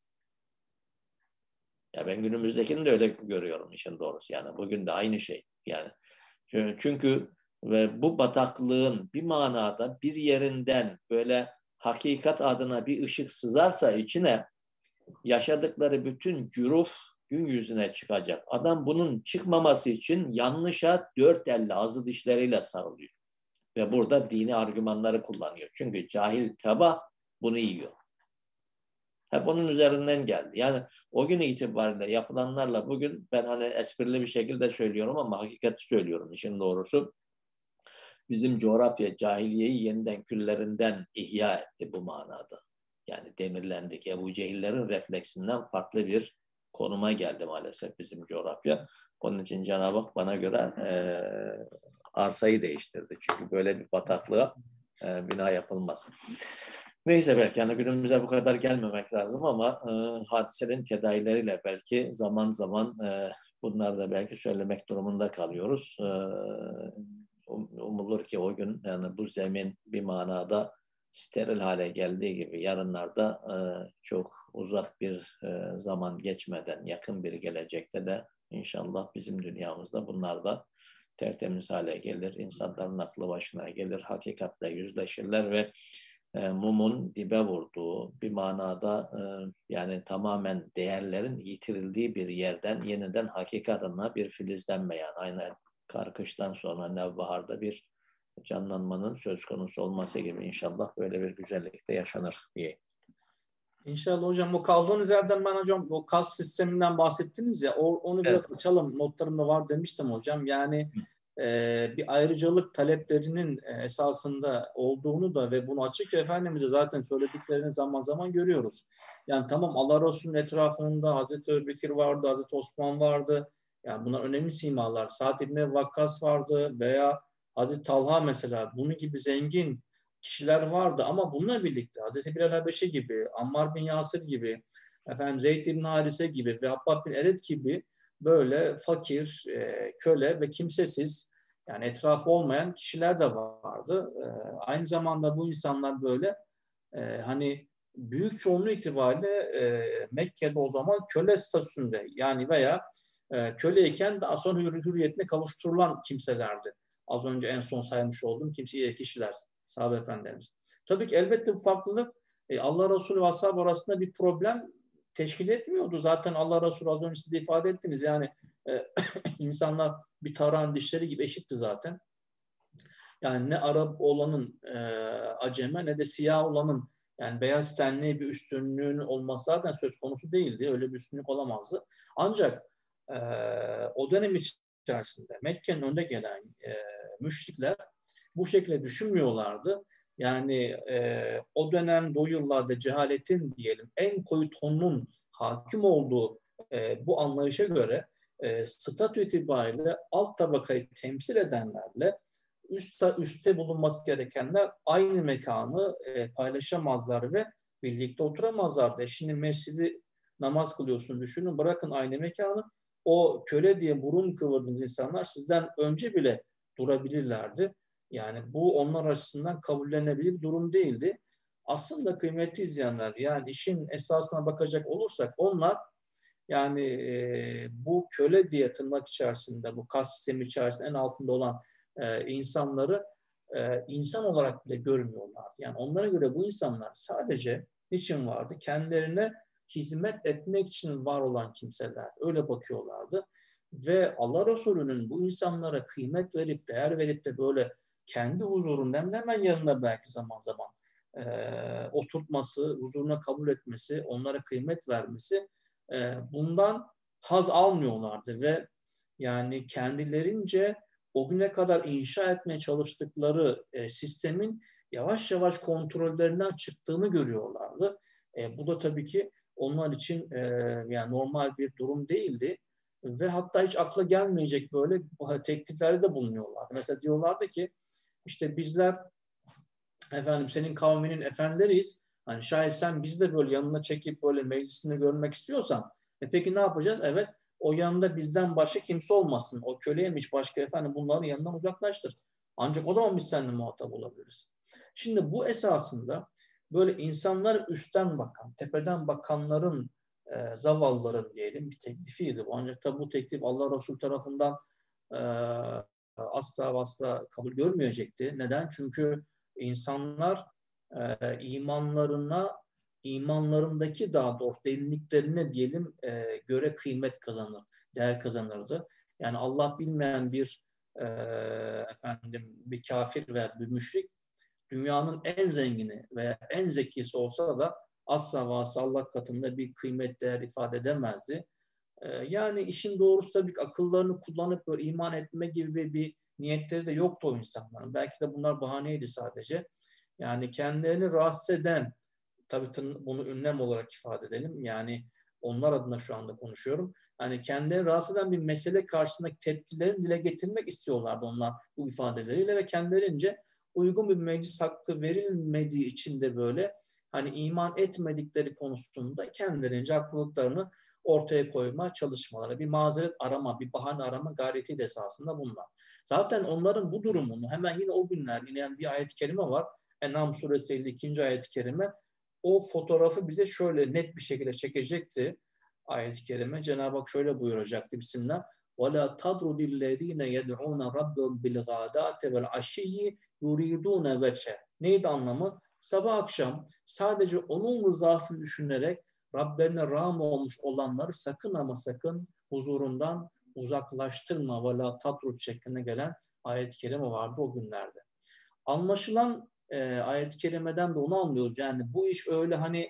Ya ben günümüzdekini de öyle görüyorum işin doğrusu yani. Bugün de aynı şey yani. Çünkü ve bu bataklığın bir manada bir yerinden böyle hakikat adına bir ışık sızarsa içine yaşadıkları bütün cüruf gün yüzüne çıkacak. Adam bunun çıkmaması için yanlışa dört elle azı dişleriyle sarılıyor. Ve burada dini argümanları kullanıyor. Çünkü cahil teba bunu yiyor. Hep onun üzerinden geldi. Yani o gün itibariyle yapılanlarla bugün ben hani esprili bir şekilde söylüyorum ama hakikati söylüyorum işin doğrusu. Bizim coğrafya cahiliyeyi yeniden küllerinden ihya etti bu manada. Yani demirlendik. Ebu Cehillerin refleksinden farklı bir konuma geldi maalesef bizim coğrafya. Onun için Cenab-ı Hak bana göre arsayı değiştirdi. Çünkü böyle bir bataklığa bina yapılmaz. Neyse belki yani günümüze bu kadar gelmemek lazım ama hadisenin tedavileriyle belki zaman zaman bunları da belki söylemek durumunda kalıyoruz. Umulur ki o gün yani bu zemin bir manada steril hale geldiği gibi yarınlarda çok uzak bir zaman geçmeden yakın bir gelecekte de inşallah bizim dünyamızda bunlar da tertemiz hale gelir. İnsanların aklı başına gelir, hakikatle yüzleşirler ve mumun dibe vurduğu bir manada yani tamamen değerlerin yitirildiği bir yerden yeniden hakikat adına bir filizlenme yani aynı karkıştan sonra nevbaharda bir canlanmanın söz konusu olması gibi inşallah böyle bir güzellikte yaşanır diye. İnşallah hocam. O kaldığınız yerden ben hocam o kas sisteminden bahsettiniz ya onu biraz açalım. Notlarımda var demiştim hocam. Yani bir ayrıcalık taleplerinin esasında olduğunu da ve bunu açık Efendimiz'e zaten söylediklerini zaman zaman görüyoruz. Yani tamam Allah Resulü'nün etrafında Hazreti Ebubekir vardı, Hazreti Osman vardı. Yani bunlar önemli simalar. Sa'd ibn Vakkas vardı veya Hazreti Talha mesela bunun gibi zengin kişiler vardı ama bununla birlikte Hazreti Bilal Habeşi gibi, Ammar bin Yasir gibi, Zeyd bin Harise gibi ve Habbab bin Eret gibi böyle fakir, köle ve kimsesiz yani etrafı olmayan kişiler de vardı. Aynı zamanda bu insanlar böyle hani büyük çoğunluğu itibariyle Mekke'de o zaman köle statüsünde yani veya köleyken daha sonra hürriyetine kavuşturulan kimselerdi. Az önce en son saymış olduğum kişiler, sahabe efendilerimiz. Tabii ki elbette bu farklılık Allah Resulü ve ashab arasında bir problem teşkil etmiyordu. Zaten Allah Resulü az önce siz de ifade ettiniz. Yani insanlar bir tarağın dişleri gibi eşitti zaten. Yani ne Arap olanın aceme ne de siyah olanın yani beyaz tenli bir üstünlüğün olması zaten söz konusu değildi. Öyle bir üstünlük olamazdı. Ancak o dönem içerisinde Mekke'nin önde gelen müşrikler bu şekilde düşünmüyorlardı. Yani o dönem o yıllarda cehaletin diyelim en koyu tonunun hakim olduğu bu anlayışa göre statü itibariyle alt tabakayı temsil edenlerle üstte bulunması gerekenler aynı mekanı paylaşamazlar ve birlikte oturamazlardı. Şimdi mescidi namaz kılıyorsun düşünün. Bırakın aynı mekanı. O köle diye burun kıvırdığınız insanlar sizden önce bile durabilirlerdi. Yani bu onlar açısından kabullenebilir bir durum değildi. Aslında kıymetli izleyenler, yani işin esasına bakacak olursak onlar yani bu köle diye tırnak içerisinde, bu kas sistemi içerisinde en altında olan insanları insan olarak bile görmüyorlardı. Yani onlara göre bu insanlar sadece niçin vardı? Kendilerine hizmet etmek için var olan kimseler. Öyle bakıyorlardı. Ve Allah Resulü'nün bu insanlara kıymet verip, değer verip de böyle kendi huzurundan hemen yanında belki zaman zaman oturtması, huzuruna kabul etmesi, onlara kıymet vermesi, bundan haz almıyorlardı ve yani kendilerince o güne kadar inşa etmeye çalıştıkları sistemin yavaş yavaş kontrollerinden çıktığını görüyorlardı. Bu da tabii ki onlar için yani normal bir durum değildi ve hatta hiç akla gelmeyecek böyle tekliflerde de bulunuyorlardı. Mesela diyorlardı ki işte bizler efendim senin kavminin efendileriyiz. Hani şayet sen bizi de böyle yanına çekip böyle meclisini görmek istiyorsan peki ne yapacağız? Evet, o yanında bizden başka kimse olmasın. O köleymiş başka efendim bunların yanından uzaklaştır. Ancak o zaman biz seninle muhatap olabiliriz. Şimdi bu esasında böyle insanlar üstten bakan, tepeden bakanların zavallıların diyelim bir teklifiydi bu. Ancak tabi bu teklif Allah Resulü tarafından e, asla ve asla kabul görmeyecekti. Neden? Çünkü insanlar imanlarındaki daha doğrusu derinliklerine diyelim göre kıymet kazanır, değer kazanırdı. Yani Allah bilmeyen bir bir kafir veya bir müşrik dünyanın en zengini veya en zekisi olsa da asla ve asla Allah katında bir kıymet değer ifade edemezdi. Yani işin doğrusu tabii ki akıllarını kullanıp böyle iman etme gibi bir niyetleri de yoktu o insanların. Belki de bunlar bahaneydi sadece. Yani kendilerini rahatsız eden, tabii bunu ünlem olarak ifade edelim. Yani onlar adına şu anda konuşuyorum. Yani kendilerini rahatsız eden bir mesele karşısındaki tepkilerini dile getirmek istiyorlardı onlar bu ifadeleriyle ve kendilerince uygun bir meclis hakkı verilmediği için de böyle hani iman etmedikleri konusunda kendilerince haklılıklarını ortaya koyma çalışmaları, bir mazeret arama, bir bahane arama gayreti de esasında bunlar. Zaten onların bu durumunu hemen yine o günler inen bir ayet-i kerime var. En'am suresi 52. ayet-i kerime. O fotoğrafı bize şöyle net bir şekilde çekecekti ayet-i kerime. Cenab-ı Hak şöyle buyuracaktı Bismillah. وَلَا تَضْرُدِ الَّذ۪ينَ يَدْعُونَ رَبَّهُمْ بِالْغَادَاتِ وَالْعَشِيِّ يُرِيدُونَ وَجْهَهُ. Neydi anlamı? Sabah akşam sadece onun rızasını düşünerek Rablerine rağm olmuş olanları sakın ama sakın huzurundan uzaklaştırma ve la tatrut şeklinde gelen ayet-i kerime vardı o günlerde. Anlaşılan ayet-i kerimeden de onu anlıyoruz. Yani bu iş öyle hani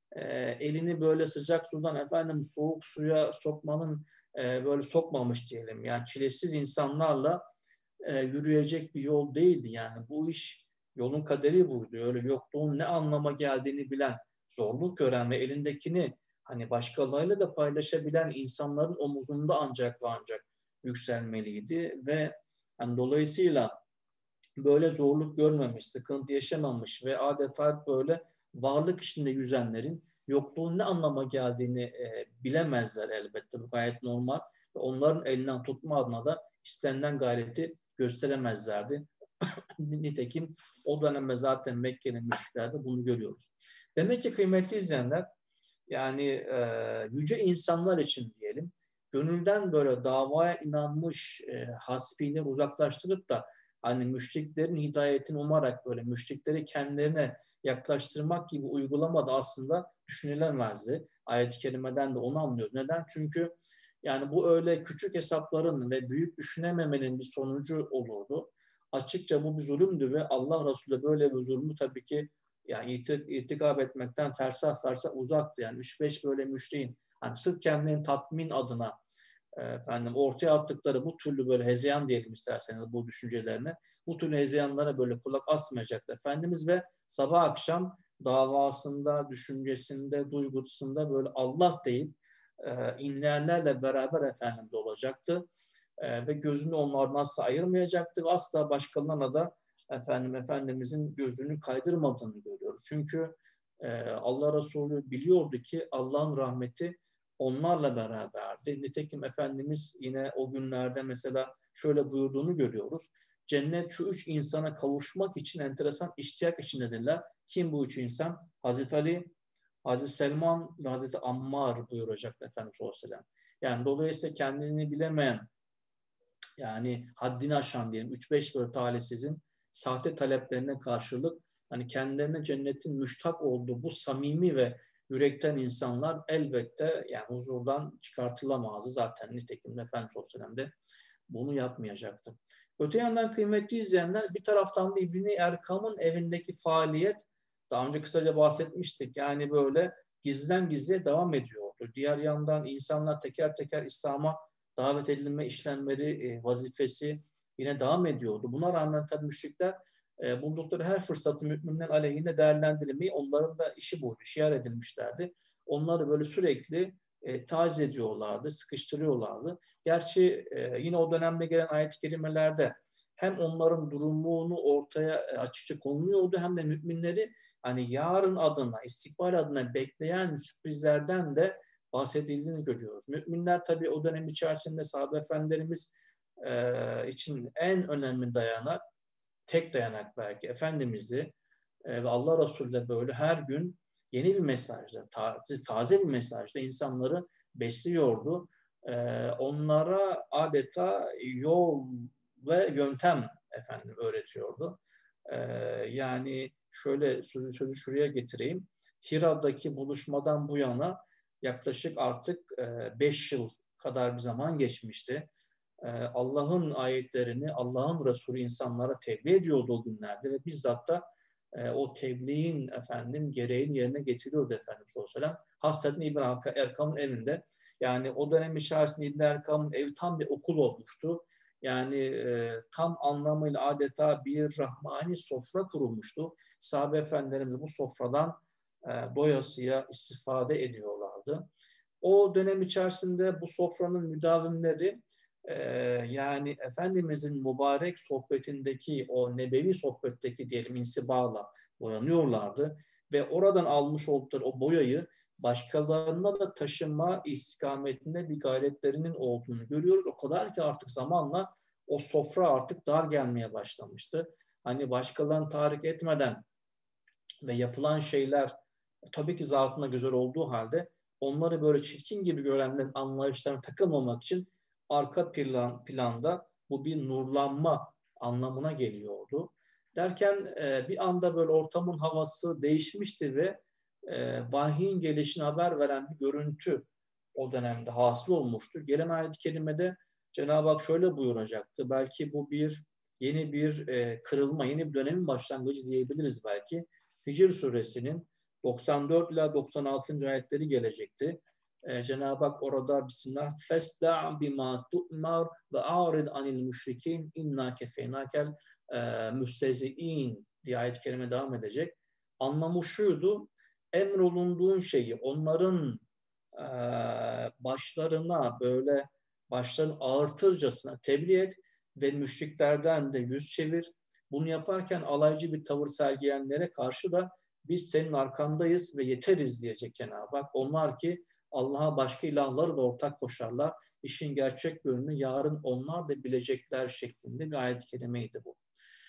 elini böyle sıcak sudan efendim soğuk suya sokmanın böyle sokmamış diyelim. Yani çilesiz insanlarla yürüyecek bir yol değildi. Yani bu iş yolun kaderi buydu. Öyle yokluğun ne anlama geldiğini bilen, zorluk gören ve elindekini hani başkalarıyla da paylaşabilen insanların omuzunda ancak ve ancak yükselmeliydi ve yani dolayısıyla böyle zorluk görmemiş, sıkıntı yaşamamış ve adeta böyle varlık içinde yüzenlerin yokluğun ne anlama geldiğini bilemezler elbette. Bu gayet normal. Ve onların elinden tutma adına da istenilen gayreti gösteremezlerdi. Nitekim o dönemde zaten Mekke'nin müşriklerde bunu görüyoruz. Demek ki kıymetli izleyenler yani yüce insanlar için diyelim gönülden böyle davaya inanmış hasbini uzaklaştırıp da hani müşriklerin hidayetini umarak böyle müşrikleri kendilerine yaklaştırmak gibi uygulamada aslında düşünülemezdi. Ayet-i kerimeden de onu anlıyoruz. Neden? Çünkü yani bu öyle küçük hesapların ve büyük düşünememenin bir sonucu olurdu. Açıkça bu bir zulümdü ve Allah Resulü böyle bir zulmü tabii ki yani itikap etmekten fersah fersah uzaktı. Yani 3-5 böyle müşriğin hani sırf kendini tatmin adına ortaya attıkları bu türlü böyle hezeyan diyelim isterseniz bu düşüncelerine, bu türlü hezeyanlara böyle kulak asmayacaktı Efendimiz ve sabah akşam davasında, düşüncesinde, duygusunda böyle Allah deyip inleyenlerle beraber Efendimiz olacaktı. Ve gözünü onlardan asla ayırmayacaktı ve asla başkalarına da Efendimizin gözünü kaydırmadığını görüyoruz. Çünkü Allah Resulü biliyordu ki Allah'ın rahmeti onlarla beraberdi. Nitekim Efendimiz yine o günlerde mesela şöyle buyurduğunu görüyoruz. Cennet şu üç insana kavuşmak için enteresan iştiyak içindedirler. Kim bu üç insan? Hazreti Ali, Hazreti Selman ve Hazreti Ammar buyuracak Efendimiz sallallahu aleyhi ve sellem. Yani dolayısıyla kendini bilemeyen, yani haddini aşan diyelim 3-5 böyle talihsizin sahte taleplerine karşılık hani kendilerine cennetin müştak olduğu bu samimi ve yürekten insanlar elbette yani huzurdan çıkartılamazdı. Zaten nitekim Efendimiz sallallahu aleyhi ve sellem de bunu yapmayacaktı. Öte yandan kıymetli izleyenler bir taraftan da İbn-i Erkam'ın evindeki faaliyet daha önce kısaca bahsetmiştik. Yani böyle gizliden gizliye devam ediyordu. Diğer yandan insanlar teker teker İslam'a davet edilme işlemleri, vazifesi yine devam ediyordu. Buna rağmen tabii müşrikler buldukları her fırsatı müminler aleyhine değerlendirmeyi onların da işi buydu, şiar edilmişlerdi. Onları böyle sürekli taciz ediyorlardı, sıkıştırıyorlardı. Gerçi yine o dönemde gelen ayet-i kerimelerde hem onların durumunu ortaya açıkça konuluyordu hem de müminleri hani yarın adına, istikbal adına bekleyen sürprizlerden de bahsedildiğini görüyoruz. Müminler tabii o dönem içerisinde sahabe efendilerimiz için en önemli dayanak, tek dayanak belki Efendimiz'di. Ve Allah Resulü de böyle her gün yeni bir mesajla, taze bir mesajla insanları besliyordu. Onlara adeta yol ve yöntem efendim öğretiyordu. Yani şöyle sözü şuraya getireyim. Hira'daki buluşmadan bu yana yaklaşık artık 5 yıl kadar bir zaman geçmişti. Allah'ın ayetlerini Allah'ın Resulü insanlara tebliğ ediyordu o günlerde ve bizzat da o tebliğin efendim gereğini yerine getiriyordu Efendimiz sallallahu aleyhi ve sellem. Hasreten İbn Erkam'ın evinde. Yani o dönem içerisinde İbn Erkam'ın evi tam bir okul olmuştu. Yani tam anlamıyla adeta bir rahmani sofra kurulmuştu. Sahabe efendilerimiz bu sofradan doyasıya istifade ediyorlardı. O dönem içerisinde bu sofranın müdavimleri yani Efendimizin mübarek sohbetindeki o nebevi sohbetteki diyelim insibala boyanıyorlardı ve oradan almış oldukları o boyayı başkalarına da taşıma istikametinde bir gayretlerinin olduğunu görüyoruz. O kadar ki artık zamanla o sofra artık dar gelmeye başlamıştı. Hani başkalarını tahrik etmeden ve yapılan şeyler tabii ki zatına güzel olduğu halde onları böyle çirkin gibi görenlerin anlayışlarına takılmamak için arka planda bu bir nurlanma anlamına geliyordu. Derken bir anda böyle ortamın havası değişmişti ve vahyin gelişini haber veren bir görüntü o dönemde hasıl olmuştu. Gelen ayet-i kerimede Cenab-ı Hak şöyle buyuracaktı. Belki bu yeni bir kırılma, yeni bir dönemin başlangıcı diyebiliriz belki. Hicr suresinin 94 ila 96. ayetleri gelecekti. Cenab-ı Hak orada Bismillah فَاسْدَعْ بِمَا تُؤْمَرْ وَاَعْرِضْ عَنِ الْمُشْرِكِينَ اِنَّا كَفَيْنَاكَ müstehzi'in diye ayet-i kerime devam edecek. Anlamı şuydu, emrolunduğun şeyi onların başlarına böyle başlarını ağırtırcasına tebliğ et ve müşriklerden de yüz çevir. Bunu yaparken alaycı bir tavır sergileyenlere karşı da biz senin arkandayız ve yeteriz diyecek Cenab-ı Hak. Onlar ki Allah'a başka ilahları da ortak koşarlar. İşin gerçek yönünü yarın onlar da bilecekler şeklinde bir ayet-i kerimeydi bu.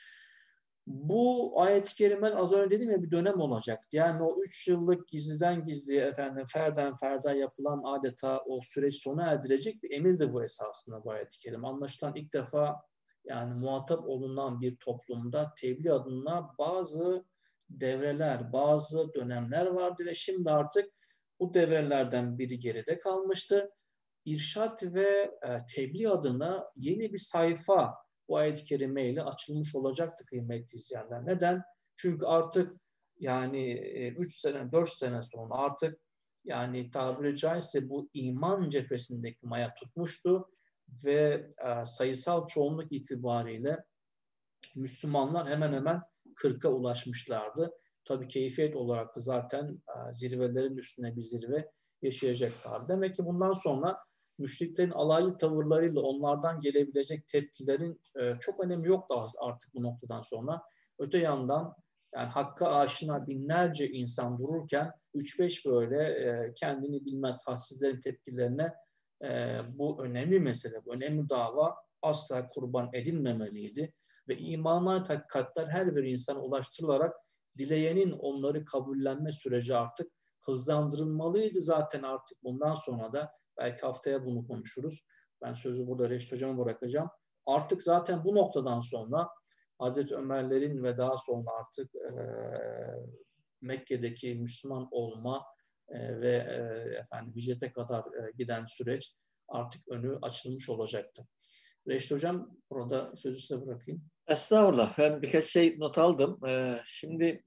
Bu ayet-i kerimeler az önce dediğim gibi bir dönem olacaktı. Yani o 3 yıllık gizliden gizliye efendim ferden ferda yapılan adeta o süreç sona erdirecek bir emirdi bu esasında bu ayet-i kerime. Anlaşılan ilk defa yani muhatap olunan bir toplumda tebliğ adına bazı devreler, bazı dönemler vardı ve şimdi artık bu devrelerden biri geride kalmıştı. İrşad ve tebliğ adına yeni bir sayfa bu ayet-i kerimeyle açılmış olacaktı kıymetli izleyenler. Neden? Çünkü artık yani 3 sene, 4 sene sonra artık yani tabiri caizse bu iman cephesindeki maya tutmuştu ve sayısal çoğunluk itibariyle Müslümanlar hemen hemen 40'a ulaşmışlardı. Tabii keyfiyet olarak da zaten zirvelerin üstüne bir zirve yaşayacaklar. Demek ki bundan sonra müşriklerin alaylı tavırlarıyla onlardan gelebilecek tepkilerin çok önemi yoktu artık bu noktadan sonra. Öte yandan Yani hakka aşina binlerce insan dururken 3-5 böyle kendini bilmez hassizlerin tepkilerine bu önemli mesele, bu önemli dava asla kurban edilmemeliydi. Ve imana hakikatler her bir insana ulaştırılarak dileyenin onları kabullenme süreci artık hızlandırılmalıydı. Zaten artık bundan sonra da belki haftaya bunu konuşuruz. Ben sözü burada Reşit Hocam'a bırakacağım. Artık zaten bu noktadan sonra Hazreti Ömerlerin ve daha sonra artık Mekke'deki Müslüman olma ve efendim hicrete kadar giden süreç artık önü açılmış olacaktı. Reşit Hocam, burada sözü size bırakayım. Estağfurullah. Ben birkaç şey not aldım. Şimdi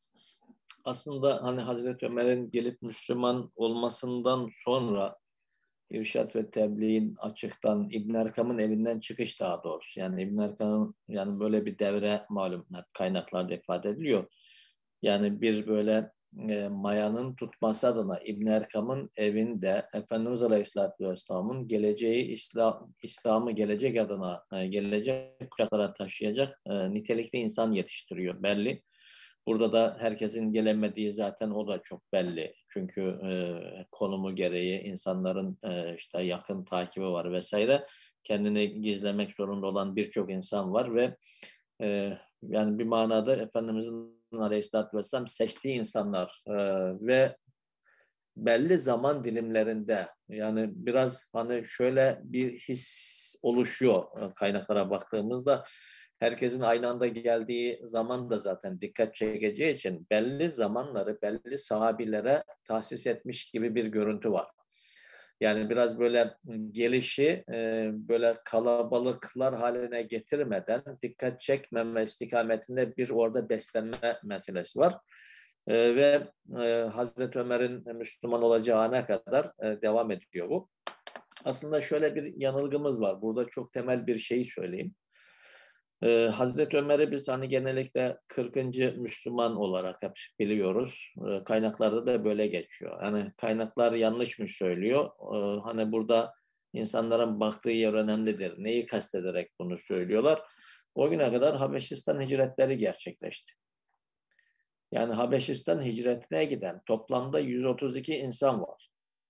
aslında hani Hazreti Ömer'in gelip Müslüman olmasından sonra İrşad ve Tebliğ'in açıktan İbn Erkam'ın evinden çıkış daha doğrusu. Yani İbn Erkam'ın yani böyle bir devre malum kaynaklarda ifade ediliyor. Yani bir böyle mayanın tutması adına İbn Erkam'ın evinde Efendimiz Aleyhisselatü Vesselam'ın geleceği İslam'ı gelecek adına gelecek kuşaklara taşıyacak nitelikli insan yetiştiriyor belli. Burada da herkesin gelemediği zaten o da çok belli. Çünkü konumu gereği insanların işte yakın takibi var vesaire. Kendini gizlemek zorunda olan birçok insan var ve yani bir manada Efendimizin Aleyhisselatü Vesselam seçtiği insanlar ve belli zaman dilimlerinde yani biraz hani şöyle bir his oluşuyor kaynaklara baktığımızda herkesin aynı anda geldiği zaman da zaten dikkat çekeceği için belli zamanları belli sahabilere tahsis etmiş gibi bir görüntü var. Yani biraz böyle gelişi böyle kalabalıklar haline getirmeden dikkat çekmeme istikametinde bir orada beslenme meselesi var. Ve Hazreti Ömer'in Müslüman olacağı ana kadar devam ediyor bu. Aslında şöyle bir yanılgımız var. Burada çok temel bir şeyi söyleyeyim. Hazreti Ömer'i biz hani genellikle 40. Müslüman olarak hep biliyoruz. Kaynaklarda da böyle geçiyor. Yani kaynaklar yanlış mı söylüyor? Hani burada insanların baktığı yer önemlidir. Neyi kastederek bunu söylüyorlar? O güne kadar Habeşistan hicretleri gerçekleşti. Yani Habeşistan hicretine giden toplamda 132 insan var.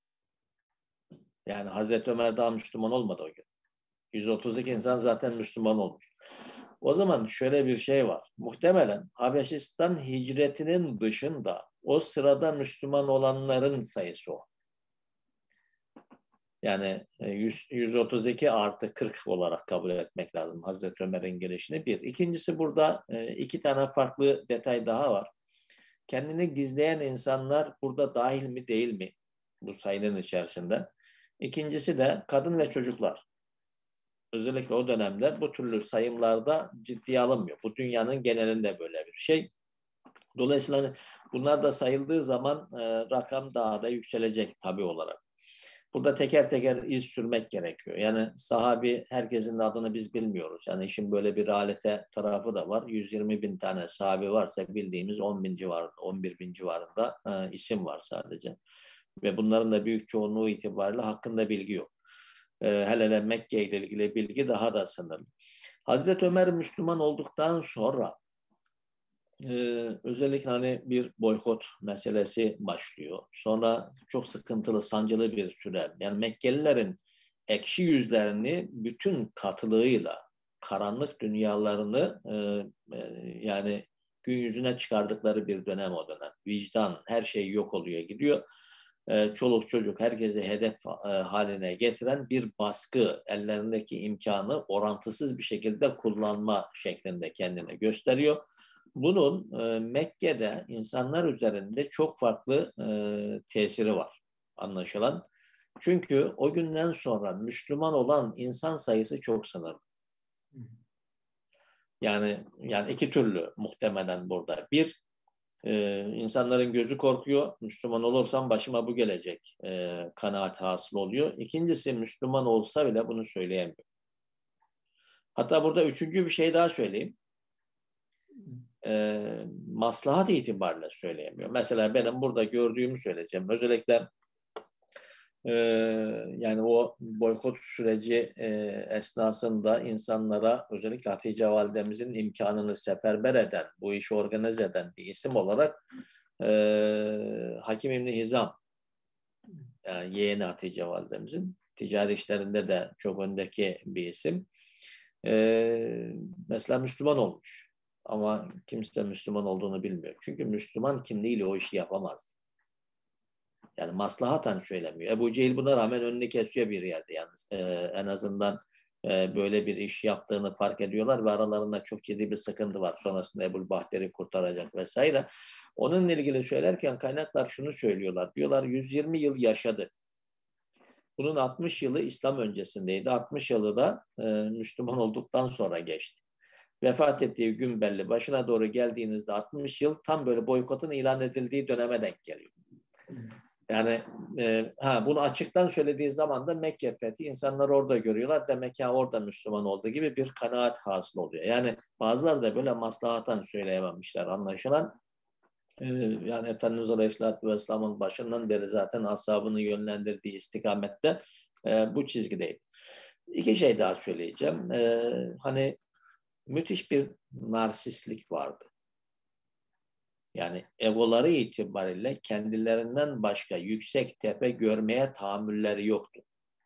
Yani Hazreti Ömer daha Müslüman olmadı o gün. 132 insan zaten Müslüman olmuş. O zaman şöyle bir şey var. Muhtemelen Habeşistan hicretinin dışında o sırada Müslüman olanların sayısı o. Yani 132 artı 40 olarak kabul etmek lazım Hazreti Ömer'in gelişini. Bir. İkincisi burada iki tane farklı detay daha var. Kendini gizleyen insanlar burada dahil mi değil mi bu sayının içerisinde? İkincisi de kadın ve çocuklar. Özellikle o dönemde bu türlü sayımlarda ciddiye alınmıyor. Bu dünyanın genelinde böyle bir şey. Dolayısıyla hani bunlar da sayıldığı zaman rakam daha da yükselecek tabii olarak. Burada teker teker iz sürmek gerekiyor. Yani sahabi herkesin adını biz bilmiyoruz. Yani işin böyle bir realite tarafı da var. 120 bin tane sahabi varsa bildiğimiz 10 bin civarında, 11 bin civarında isim var sadece. Ve bunların da büyük çoğunluğu itibariyle hakkında bilgi yok. Hele hele Mekke ile ilgili bilgi daha da sınırlı. Hazreti Ömer Müslüman olduktan sonra özellikle hani bir boykot meselesi başlıyor. Sonra çok sıkıntılı, sancılı bir süre. Yani Mekkelilerin ekşi yüzlerini bütün katılığıyla karanlık dünyalarını yani gün yüzüne çıkardıkları bir dönem o dönem. Vicdan, her şey yok oluyor, gidiyor. Çoluk çocuk herkesi hedef haline getiren bir baskı, ellerindeki imkanı orantısız bir şekilde kullanma şeklinde kendini gösteriyor. Bunun Mekke'de insanlar üzerinde çok farklı tesiri var anlaşılan. Çünkü o günden sonra Müslüman olan insan sayısı çok sınırlı. Yani iki türlü muhtemelen burada. Bir, insanların gözü korkuyor. Müslüman olursam başıma bu gelecek kanaat hasıl oluyor. İkincisi Müslüman olsa bile bunu söyleyemiyor. Hatta burada üçüncü bir şey daha söyleyeyim. Maslahat itibariyle söyleyemiyor. Mesela benim burada gördüğümü söyleyeceğim. Özellikle Yani o boykot süreci esnasında insanlara, özellikle Hatice Validemizin imkanını seferber eden, bu işi organize eden bir isim olarak Hakim İbni Hizam, yani yeğeni Hatice Validemizin, ticari işlerinde de çok öndeki bir isim. Mesela Müslüman olmuş. Ama kimse Müslüman olduğunu bilmiyor. Çünkü Müslüman kimliğiyle o işi yapamazdı. Yani maslahaten söylemiyor. Ebu Cehil buna rağmen önünü kesiyor bir yerde yalnız. En azından böyle bir iş yaptığını fark ediyorlar ve aralarında çok ciddi bir sıkıntı var. Sonrasında Ebu'l Bahter'i kurtaracak vesaire. Onunla ilgili söylerken kaynaklar şunu söylüyorlar. Diyorlar 120 yıl yaşadı. Bunun 60 yılı İslam öncesindeydi. 60 yılı da Müslüman olduktan sonra geçti. Vefat ettiği gün belli. Başına doğru geldiğinizde 60 yıl tam böyle boykotun ilan edildiği döneme denk geliyor. Yani bunu açıktan söylediği zaman da Mekke fethi, insanlar orada görüyorlar. Demek ki orada Müslüman olduğu gibi bir kanaat hasıl oluyor. Yani bazıları da böyle maslahattan söyleyememişler anlaşılan. Yani Efendimiz Aleyhisselatü Vesselam'ın başından beri zaten ashabını yönlendirdiği istikamette bu çizgideydi. İki şey daha söyleyeceğim. Hani müthiş bir narsistlik vardı. Yani egoları itibariyle kendilerinden başka yüksek tepe görmeye tahammülleri yoktu.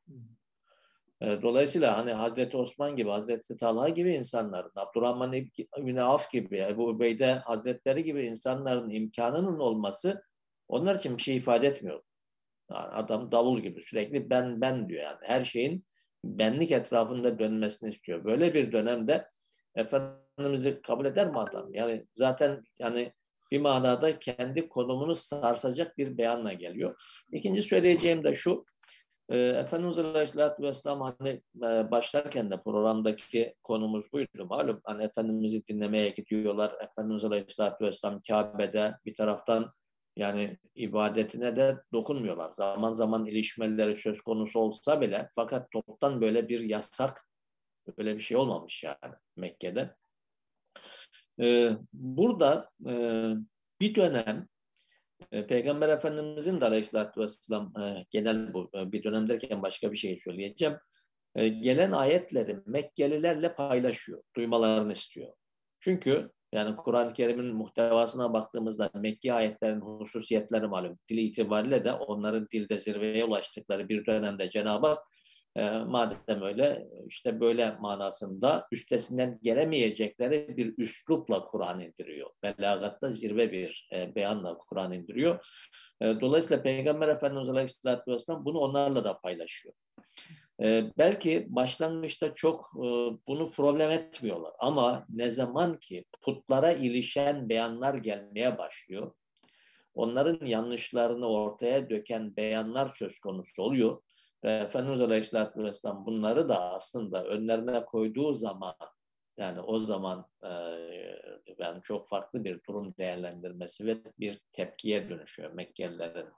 Dolayısıyla hani Hazreti Osman gibi, Hazreti Talha gibi insanların, Abdurrahman İbni Avf gibi, Ebu Ubeyde Hazretleri gibi insanların imkanının olması onlar için bir şey ifade etmiyor. Yani adam davul gibi sürekli ben diyor yani. Her şeyin benlik etrafında dönmesini istiyor. Böyle bir dönemde Efendimiz'i kabul eder mi adam? Yani zaten yani bir manada kendi konumunu sarsacak bir beyanla geliyor. İkinci söyleyeceğim de şu. Efendimiz Aleyhisselatü Vesselam hani başlarken de programdaki konumuz buydu. Malum hani Efendimiz'i dinlemeye gidiyorlar. Efendimiz Aleyhisselatü Vesselam Kabe'de bir taraftan yani ibadetine de dokunmuyorlar. Zaman zaman ilişmeleri söz konusu olsa bile fakat toptan böyle bir yasak, böyle bir şey olmamış yani Mekke'de. Burada bir dönem Peygamber Efendimizin de Aleyhisselatü Vesselam genel bir dönem derken başka bir şey söyleyeceğim. Gelen ayetleri Mekkelilerle paylaşıyor. Duymalarını istiyor. Çünkü yani Kur'an-ı Kerim'in muhtevasına baktığımızda Mekki ayetlerin hususiyetleri malum. Dili itibariyle de onların dilde zirveye ulaştıkları bir dönemde Cenab-ı Hak madem öyle işte böyle manasında üstesinden gelemeyecekleri bir üslupla Kur'an indiriyor. Belagatta zirve bir beyanla Kur'an indiriyor. Dolayısıyla Peygamber Efendimiz Aleyhisselatü Vesselam bunu onlarla da paylaşıyor. Belki başlangıçta çok bunu problem etmiyorlar ama ne zaman ki putlara ilişen beyanlar gelmeye başlıyor, onların yanlışlarını ortaya döken beyanlar söz konusu oluyor. Efendimiz Aleyhisselatü Vesselam bunları da aslında önlerine koyduğu zaman yani o zaman yani çok farklı bir durum değerlendirmesi ve bir tepkiye dönüşüyor Mekkelilerin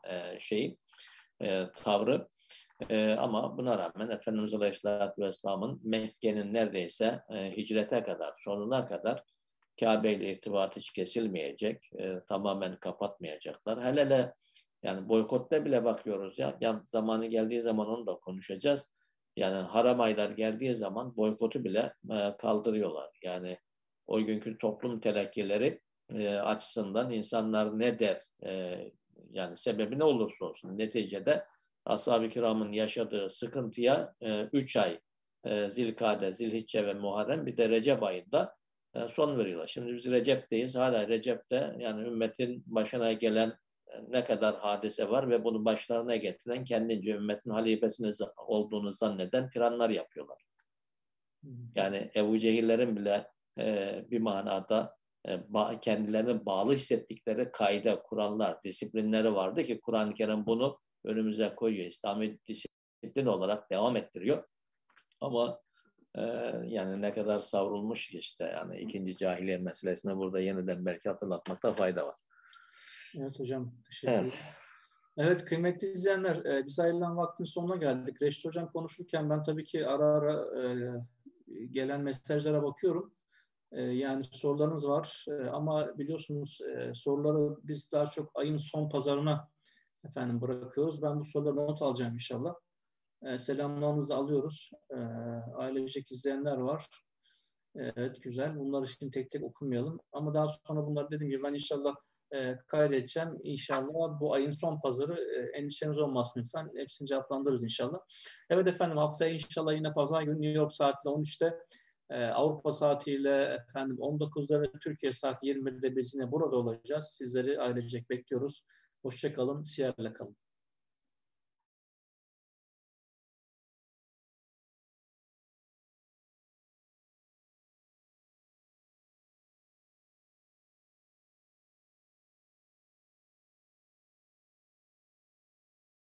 tavrı. Ama buna rağmen Efendimiz Aleyhisselatü Vesselam'ın Mekke'nin neredeyse hicrete kadar, sonuna kadar Kabe ile irtibat hiç kesilmeyecek, tamamen kapatmayacaklar. Hele yani boykotta bile bakıyoruz ya, zamanı geldiği zaman onu da konuşacağız. Yani haram aylar geldiği zaman boykotu bile kaldırıyorlar. Yani o günkü toplum telakkileri açısından insanlar ne der, yani sebebi ne olursa olsun neticede Ashab-ı Kiram'ın yaşadığı sıkıntıya 3 ay Zilkade, Zilhicce ve Muharrem bir de Recep ayında son veriyorlar. Şimdi biz Recep'teyiz. Hala Recep'te yani ümmetin başına gelen ne kadar hadise var ve bunu başlarına getiren kendince ümmetin halifesini olduğunu zanneden tiranlar yapıyorlar. Yani Ebu Cehillerin bile bir manada kendilerini bağlı hissettikleri kaide, kurallar, disiplinleri vardı ki Kur'an-ı Kerim bunu önümüze koyuyor. İslami disiplin olarak devam ettiriyor. Ama yani ne kadar savrulmuş işte yani ikinci cahiliye meselesini burada yeniden belki hatırlatmakta fayda var. Evet hocam, teşekkür ederim. Evet kıymetli izleyenler, biz ayrılan vaktin sonuna geldik. Reşit hocam konuşurken ben tabii ki ara ara gelen mesajlara bakıyorum. Yani sorularınız var ama biliyorsunuz soruları biz daha çok ayın son pazarına efendim bırakıyoruz. Ben bu soruları not alacağım inşallah. Selamlarınızı alıyoruz. Ailecek izleyenler var. Evet, güzel. Bunları şimdi tek tek okumayalım. Ama daha sonra bunlar dediğim gibi ben inşallah kaydedeceğim. İnşallah bu ayın son pazarı, endişeniz olmasın lütfen. Hepsini cevaplandırırız inşallah. Evet efendim, haftaya inşallah yine pazar günü New York saatiyle 13'te, Avrupa saatiyle efendim 19'da ve Türkiye saati 21'de biz yine burada olacağız. Sizleri ailecek bekliyoruz. Hoşça kalın. Siyerle kalın.